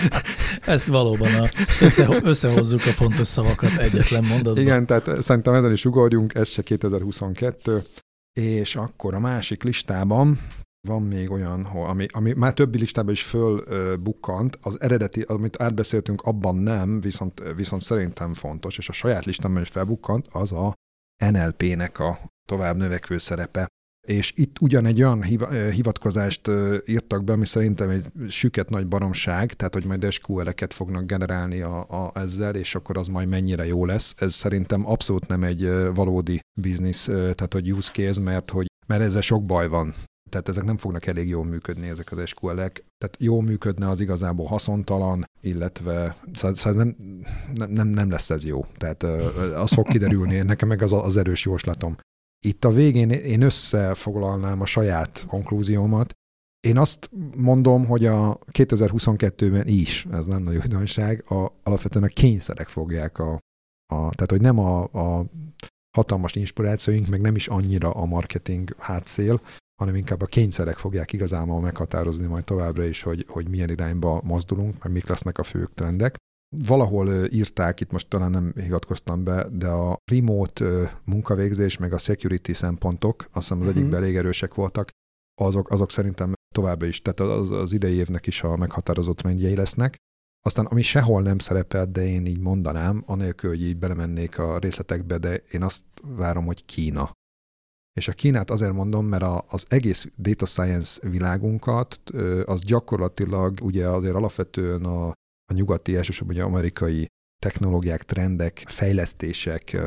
Speaker 5: Ezt valóban a, össze, összehozzuk a fontos szavakat egyetlen mondatban.
Speaker 2: Igen, tehát szerintem ezen is ugorjunk, ez se kétezer-huszonkettő, és akkor a másik listában van még olyan, ami, ami már többi listában is fölbukkant, az eredeti, amit átbeszéltünk, abban nem, viszont, viszont szerintem fontos, és a saját listámban is felbukkant, az a en el pé-nek a tovább növekvő szerepe. És itt ugyan egy olyan hivatkozást írtak be, ami szerintem egy süket nagy baromság, tehát hogy majd es kú el-eket fognak generálni a, a, ezzel, és akkor az majd mennyire jó lesz. Ez szerintem abszolút nem egy valódi biznisz, tehát hogy use case, mert, hogy, mert ezzel sok baj van. Tehát ezek nem fognak elég jól működni, ezek az es kú el-ek. Tehát jól működne, az igazából haszontalan, illetve szóval nem, nem, nem lesz ez jó. Tehát az fog kiderülni, nekem meg az, az erős jóslatom. Itt a végén én összefoglalnám a saját konklúziómat. Én azt mondom, hogy a kétezer-huszonkettőben is, ez nem nagy újdonság, a, alapvetően a kényszerek fogják a, a tehát hogy nem a, a hatalmas inspirációink, meg nem is annyira a marketing hátszél, hanem inkább a kényszerek fogják igazából meghatározni majd továbbra is, hogy, hogy milyen irányba mozdulunk, meg mik lesznek a fő trendek. Valahol írták, itt most talán nem hivatkoztam be, de a remote munkavégzés, meg a security szempontok, azt hiszem az egyikben elég erősek voltak, azok, azok szerintem továbbra is, tehát az, az idei évnek is a meghatározott trendjei lesznek. Aztán, ami sehol nem szerepelt, de én így mondanám, anélkül, hogy így belemennék a részletekbe, de én azt várom, hogy Kína. És a Kínát azért mondom, mert a, az egész data science világunkat, az gyakorlatilag ugye azért alapvetően a, a nyugati, elsősorban a amerikai technológiák, trendek, fejlesztések,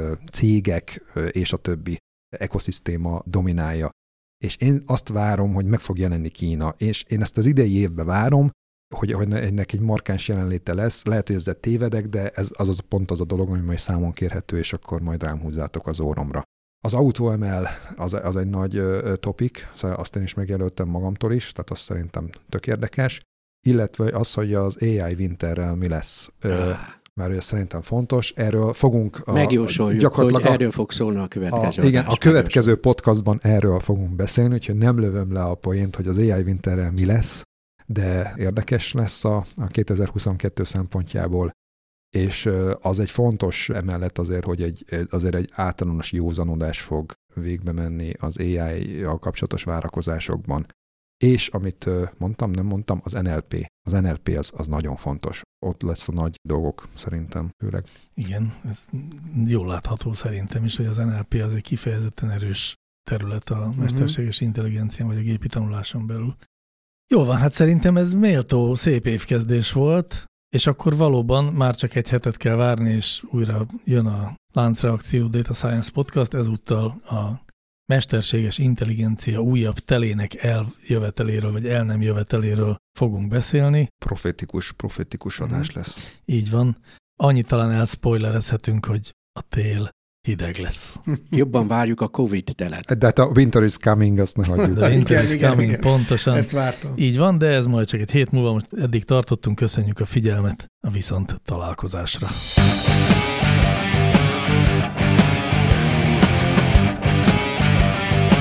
Speaker 2: cégek és a többi ekoszisztéma dominálja. És én azt várom, hogy meg fog jelenni Kína, és én ezt az idei évben várom, hogy, hogy ennek egy markáns jelenléte lesz. Lehet, hogy ezzel tévedek, de ez az, az pont az a dolog, ami majd számon kérhető, és akkor majd rám húzzátok az orromra. Az AutoML az, az egy nagy uh, topik, azt én is megjelöltem magamtól is, tehát azt szerintem tök érdekes, illetve az, hogy az á i Winterrel mi lesz, uh, mert ez szerintem fontos, erről fogunk...
Speaker 6: Megjósoljuk, hogy a, erről fog szólni a következő
Speaker 2: a, Igen, a következő podcastban erről fogunk beszélni, úgyhogy nem lövöm le a poént, hogy az á i Winterrel mi lesz, de érdekes lesz a, a kétezer-huszonkettő szempontjából, és az egy fontos emellett azért, hogy egy, azért egy általános józanodás fog végbe menni az á i-jal kapcsolatos várakozásokban. És amit mondtam, nem mondtam, az en el pé. Az en el pé az, az nagyon fontos. Ott lesz a nagy dolgok szerintem, főleg.
Speaker 5: Igen, ez jól látható szerintem is, hogy az en el pé az egy kifejezetten erős terület a uh-huh. mesterséges intelligencián vagy a gépi tanuláson belül. Jó van, hát szerintem ez méltó, szép évkezdés volt, és akkor valóban már csak egy hetet kell várni, és újra jön a Láncreakció Data Science Podcast, ezúttal a mesterséges intelligencia újabb telének eljöveteléről, vagy el nem jöveteléről fogunk beszélni.
Speaker 2: Profetikus, profetikus adás lesz.
Speaker 5: Így van. Annyit talán elspoilerezhetünk, hogy a tél hideg lesz.
Speaker 6: Jobban várjuk a Covid telet.
Speaker 2: De hát a winter is coming, azt ne hagyjuk.
Speaker 5: The winter
Speaker 3: igen,
Speaker 5: is
Speaker 3: igen,
Speaker 5: coming,
Speaker 3: igen.
Speaker 5: pontosan.
Speaker 3: Ezt vártam.
Speaker 5: Így van, de ez majd csak egy hét múlva, most eddig tartottunk, köszönjük a figyelmet, a viszont találkozásra.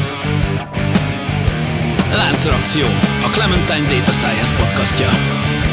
Speaker 1: Láncreakció, a Clementine Data Science podcastja.